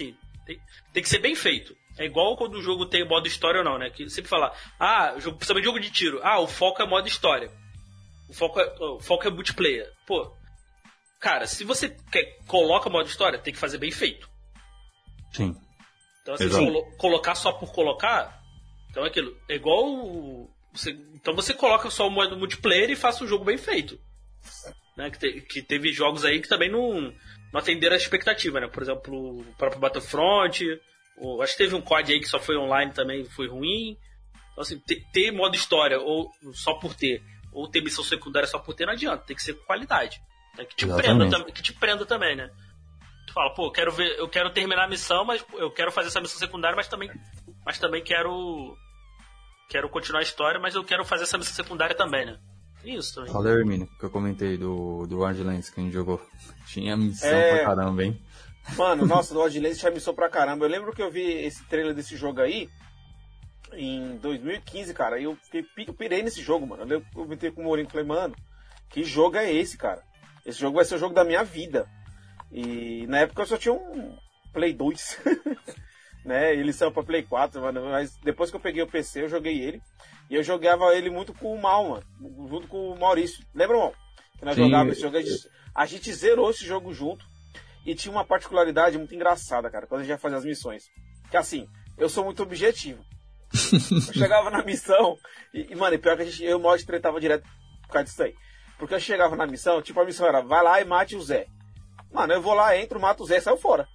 [SPEAKER 3] Tem que ser bem feito. É igual quando o jogo tem modo história ou não, né? Que sempre fala, principalmente jogo de tiro. O foco é modo história. O foco é multiplayer. Pô, cara, se você coloca modo história, tem que fazer bem feito.
[SPEAKER 6] Sim.
[SPEAKER 3] Então, assim, se colocar só por colocar, então é aquilo. É igual. Então você coloca só o modo multiplayer e faça um jogo bem feito. Né? Que teve jogos aí que também não atenderam a expectativa, né? Por exemplo, o próprio Battlefront. Acho que teve um COD aí que só foi online também, foi ruim. Então, assim, ter modo história ou só por ter, ou ter missão secundária só por ter, não adianta. Tem que ser com qualidade. Né? Que te prenda também, né? Tu fala, pô, eu quero terminar a missão, mas eu quero fazer essa missão secundária, mas também quero continuar a história, mas eu quero fazer essa missão secundária também, né? Isso também.
[SPEAKER 6] Fala, Hermínio, que eu comentei do Wildlands que a gente jogou. Tinha missão pra caramba, hein?
[SPEAKER 5] Mano, nossa, do Wildlands tinha missão pra caramba. Eu lembro que eu vi esse trailer desse jogo aí em 2015, cara. E eu pirei nesse jogo, mano. Eu comentei com o Mourinho e falei, mano, que jogo é esse, cara? Esse jogo vai ser o jogo da minha vida. E na época eu só tinha um Play 2. Né? Ele saiu pra Play 4, mano. Mas depois que eu peguei o PC, eu joguei ele. E eu jogava ele muito com o Mal, mano. Junto com o Maurício. Lembra, Mal? Que nós jogávamos esse jogo. A gente zerou esse jogo junto. E tinha uma particularidade muito engraçada, cara, quando a gente ia fazer as missões. Que assim, eu sou muito objetivo. Eu chegava na missão mano, e pior que eu e o Maurício tretava direto por causa disso aí. Porque eu chegava na missão, tipo, a missão era, vai lá e mate o Zé. Mano, eu vou lá, entro, mato o Zé e saio fora.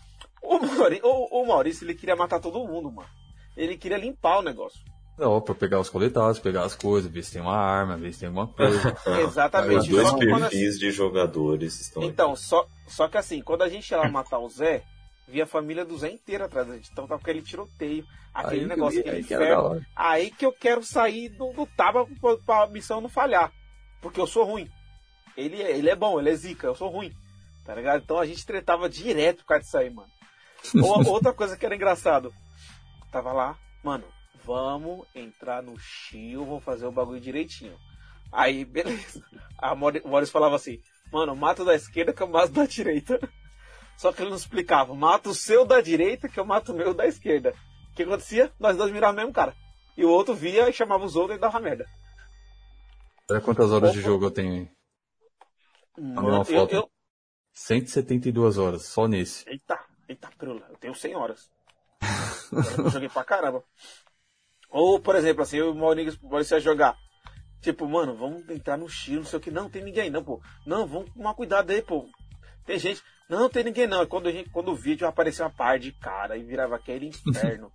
[SPEAKER 5] O Maurício, ele queria matar todo mundo, mano. Ele queria limpar o negócio.
[SPEAKER 6] Não, pra pegar os coletados, pegar as coisas, ver se tem uma arma, ver se tem alguma coisa.
[SPEAKER 5] Exatamente.
[SPEAKER 2] Os dois perfis de jogadores estão
[SPEAKER 5] então, só que assim, quando a gente ia lá matar o Zé, via a família do Zé inteira atrás da gente. Então tá com aquele tiroteio, aquele negócio, aquele inferno. Aí que eu quero sair do taba pra missão não falhar. Porque eu sou ruim. Ele é bom, ele é zica, eu sou ruim. Tá ligado? Então a gente tretava direto por causa disso aí, mano. Outra coisa que era engraçado. Tava lá, mano, vamos entrar no Shio, vamos fazer o bagulho direitinho. Aí, beleza. A Maurício falava assim, mano, mata o da esquerda que eu mato da direita. Só que ele não explicava, mata o seu da direita que eu mato o meu da esquerda. O que acontecia? Nós dois mirávamos mesmo, cara. E o outro via e chamava os outros e dava merda.
[SPEAKER 6] Olha quantas horas de jogo eu tenho aí. Uma foto. 172 horas, só nesse.
[SPEAKER 5] Eita, crula, eu tenho 100 horas. Eu joguei pra caramba. Ou, por exemplo, assim, eu e o Maurício ia jogar. Tipo, mano, vamos entrar no Chile, não sei o que. Não, tem ninguém não, pô. Não, vamos tomar cuidado aí, pô. Tem gente. Não, tem ninguém não. Quando o vídeo aparecia uma par de cara e virava aquele inferno.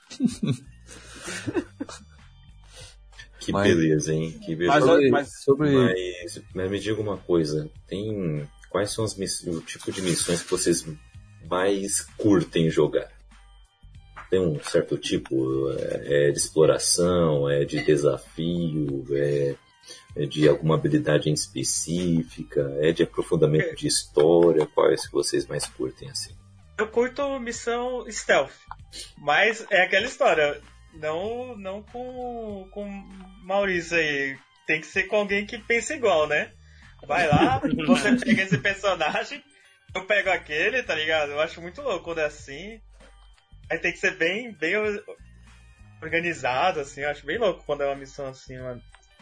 [SPEAKER 2] Que beleza, hein? Que beleza. Mas me diga uma coisa. Quais são o tipo de missões que vocês mais curtem jogar? Tem um certo tipo? É de exploração? É de desafio? É de alguma habilidade em específica? É de aprofundamento de história? Quais que vocês mais curtem assim?
[SPEAKER 4] Eu curto missão stealth. Mas é aquela história. Não com Maurício aí. Tem que ser com alguém que pensa igual, né? Vai lá, você pega esse personagem, eu pego aquele, tá ligado? Eu acho muito louco quando é assim. Aí tem que ser bem organizado, assim. Eu acho bem louco quando é uma missão assim, mano.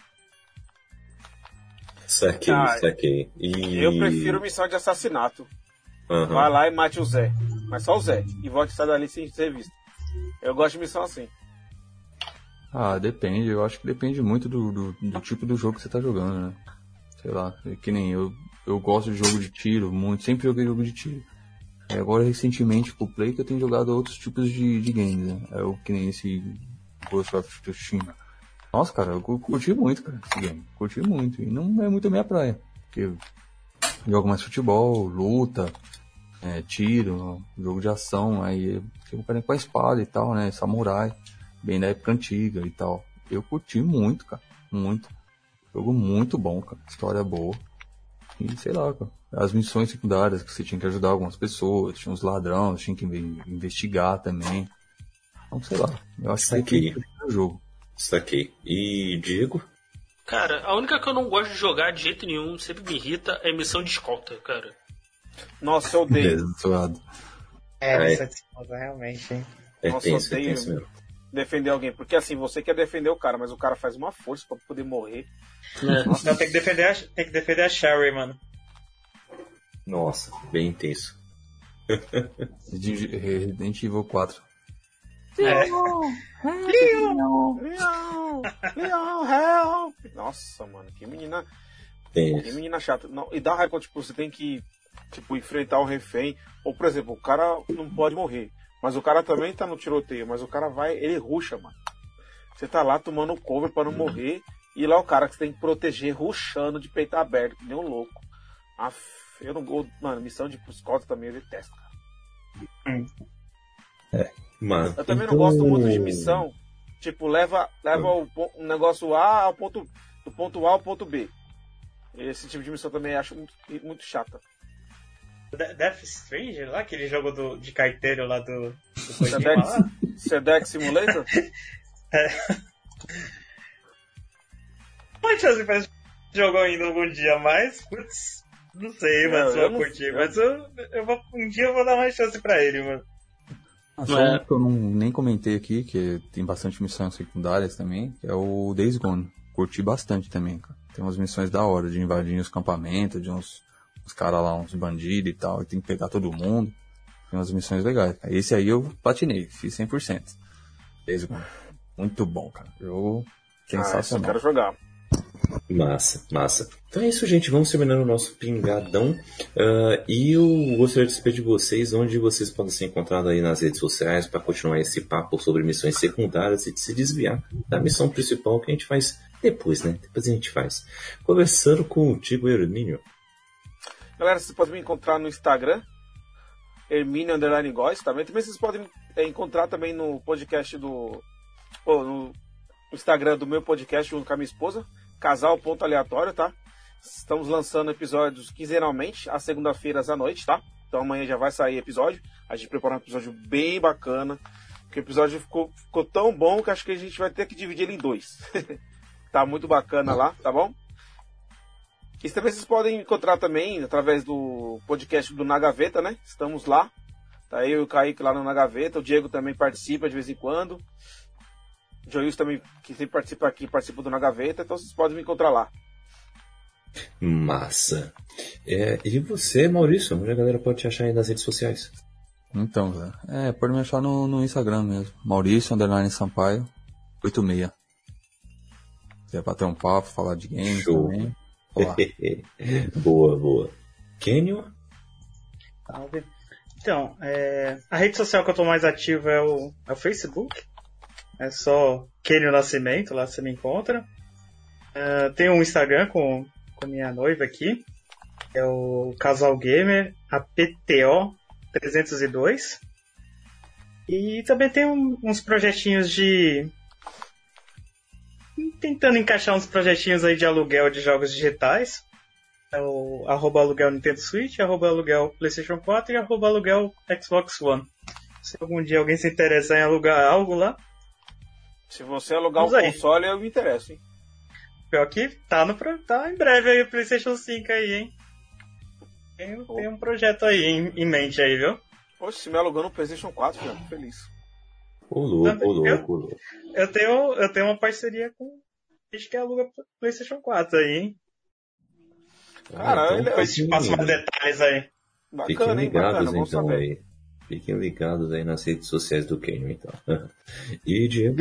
[SPEAKER 2] Saquei.
[SPEAKER 5] Eu prefiro missão de assassinato.
[SPEAKER 2] Uhum.
[SPEAKER 5] Vai lá e mate o Zé. Mas só o Zé. E volte a sair dali sem ser visto. Eu gosto de missão assim.
[SPEAKER 6] Depende. Eu acho que depende muito do tipo do jogo que você tá jogando, né? Sei lá, que nem eu gosto de jogo de tiro, muito, sempre joguei jogo de tiro. Agora, recentemente, com o Play, que eu tenho jogado outros tipos de games, né? Que nem esse Ghost of Tsushima. Nossa, cara, eu curti muito, cara, esse game. Curti muito, e não é muito a minha praia. Porque eu jogo mais futebol, luta, tiro, jogo de ação, aí eu quero com a espada e tal, né? Samurai, bem da época antiga e tal. Eu curti muito, cara, muito. Jogo muito bom, cara. História boa. E sei lá, cara. As missões secundárias que você tinha que ajudar algumas pessoas, tinha uns ladrões, tinha que investigar também. Então, sei lá. Eu acho que é o jogo.
[SPEAKER 2] Saquei. E Diego?
[SPEAKER 3] Cara, a única que eu não gosto de jogar de jeito nenhum, sempre me irrita, é missão de escolta, cara.
[SPEAKER 5] Nossa, eu odeio.
[SPEAKER 4] Missão de esposa, realmente, hein?
[SPEAKER 5] Nossa,
[SPEAKER 2] tenso mesmo.
[SPEAKER 5] Defender alguém, porque assim, você quer defender o cara, mas o cara faz uma força pra poder morrer.
[SPEAKER 4] Não, tem que defender a Sherry, mano.
[SPEAKER 2] Nossa, bem intenso.
[SPEAKER 6] Resident Evil 4.
[SPEAKER 5] Leon, help! Nossa, mano, que menina chata. Não, e dá raiva quando, tipo, você tem que, tipo, enfrentar o refém. Ou, por exemplo, o cara não pode morrer. Mas o cara também tá no tiroteio. Mas o cara ele rusha, mano. Você tá lá tomando cover pra não morrer. E lá o cara que você tem que proteger, rushando de peito aberto, que nem um louco. Eu não gosto. Mano, missão de escolta também eu detesto, cara.
[SPEAKER 2] Mano,
[SPEAKER 5] eu também não gosto muito de missão. Tipo, leva o negócio A do ponto A ao ponto B. Esse tipo de missão também eu acho muito, muito chata.
[SPEAKER 4] Death Stranger, lá, aquele jogo de carteiro lá do
[SPEAKER 5] Sedex Simulator?
[SPEAKER 4] Pode fazer pra esse jogo ainda algum dia mais? Putz, não sei, mano, se eu vou curtir. Mas um dia eu vou dar mais chance pra ele, mano.
[SPEAKER 6] Só um que eu nem comentei aqui, que tem bastante missões secundárias também, que é o Days Gone. Curti bastante também, cara. Tem umas missões da hora, de invadir os campamentos, de uns caras lá, uns bandidos e tal, e tem que pegar todo mundo. Tem umas missões legais. Esse aí eu platinei, fiz 100%. Days Gone. Muito bom, cara. Sensacional.
[SPEAKER 5] Eu quero jogar.
[SPEAKER 2] Massa. Então é isso, gente. Vamos terminando o nosso pingadão. E eu gostaria de saber de vocês onde vocês podem ser encontrados aí nas redes sociais para continuar esse papo sobre missões secundárias e de se desviar da missão principal que a gente faz depois, né? Depois a gente faz. Conversando contigo, Hermínio.
[SPEAKER 5] Galera, vocês podem me encontrar no Instagram, Hermínio_Góes, também vocês podem encontrar também no podcast no Instagram do meu podcast junto com a minha esposa, Casal.aleatório, tá? Estamos lançando episódios quinzenalmente, às segunda-feiras à noite, tá? Então amanhã já vai sair episódio. A gente preparou um episódio bem bacana, porque o episódio ficou tão bom que acho que a gente vai ter que dividir ele em 2. Tá muito bacana lá, tá bom? E também vocês podem encontrar também através do podcast do Na Gaveta, né? Estamos lá. Tá eu e o Kaique lá no Na Gaveta. O Diego também participa de vez em quando. O Joilson também, que sempre participa aqui, participa do Na Gaveta. Então vocês podem me encontrar lá.
[SPEAKER 2] Massa. E você, Maurício? Onde a galera pode te achar aí nas redes sociais?
[SPEAKER 6] Então, velho. Pode me achar no Instagram mesmo. Maurício_Sampaio 86. Se é pra ter um papo, falar de games.
[SPEAKER 2] Show.
[SPEAKER 6] Também.
[SPEAKER 2] Boa. Kenyon?
[SPEAKER 4] Salve. Então, a rede social que eu tô mais ativo é o Facebook. É só Kenyon Nascimento, lá você me encontra. Tem um Instagram com minha noiva aqui. É o Casal Gamer, APTO 302. E também tem uns projetinhos tentando encaixar uns projetinhos aí de aluguel de jogos digitais. É o @aluguel Nintendo Switch, @aluguel PlayStation 4 e @aluguel Xbox One. Se algum dia alguém se interessar em alugar algo lá.
[SPEAKER 5] Se você alugar um console, eu me interesso, hein?
[SPEAKER 4] Pior que tá em breve aí o PlayStation 5 aí, hein? Tem um projeto aí em mente aí, viu?
[SPEAKER 5] Poxa, se me alugando um PlayStation 4, já tô feliz.
[SPEAKER 2] Ô louco.
[SPEAKER 4] Eu tenho uma parceria com gente que aluga PlayStation 4 aí, hein?
[SPEAKER 5] Cara,
[SPEAKER 4] depois te passo mais detalhes aí.
[SPEAKER 2] Fiquem ligados então aí. Fiquem ligados aí nas redes sociais do Kenyon, então. E Diego?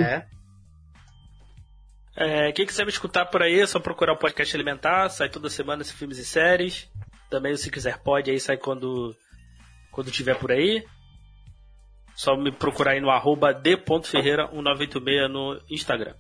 [SPEAKER 3] Quem quiser me escutar por aí, é só procurar o podcast Elementar, sai toda semana esse filmes e séries. Também, se quiser, pode, aí sai quando tiver por aí. Só me procurar aí no @d.ferreira1986 no Instagram.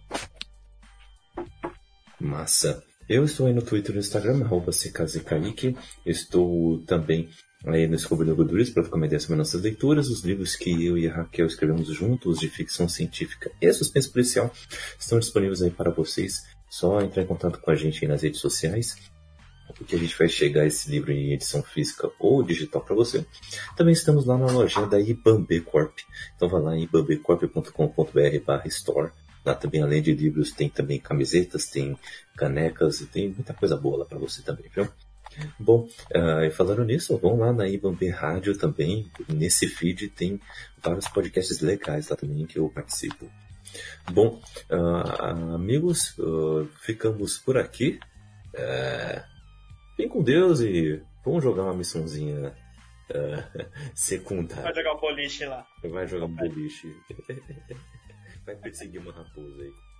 [SPEAKER 2] Massa. Eu estou aí no Twitter e no Instagram, @ckzkaique. Estou também aí no Descobrindo Gorduras para ficar uma ideia sobre nossas leituras. Os livros que eu e a Raquel escrevemos juntos, de ficção científica e suspense policial, estão disponíveis aí para vocês. Só entrar em contato com a gente aí nas redes sociais, porque a gente vai chegar esse livro em edição física ou digital para você. Também estamos lá na lojinha da Ibambe Corp. Então vai lá em ibambecorp.com.br/store. Lá também, além de livros, tem também camisetas, tem canecas e tem muita coisa boa lá para você também, viu? Bom, e falando nisso, vão lá na Ibambe Rádio também. Nesse feed tem vários podcasts legais lá também que eu participo. Bom, amigos, ficamos por aqui. Fiquem com Deus e vamos jogar uma missãozinha secundária.
[SPEAKER 4] Vai jogar o boliche lá.
[SPEAKER 2] Vai jogar um boliche. Vai perseguir uma raposa aí.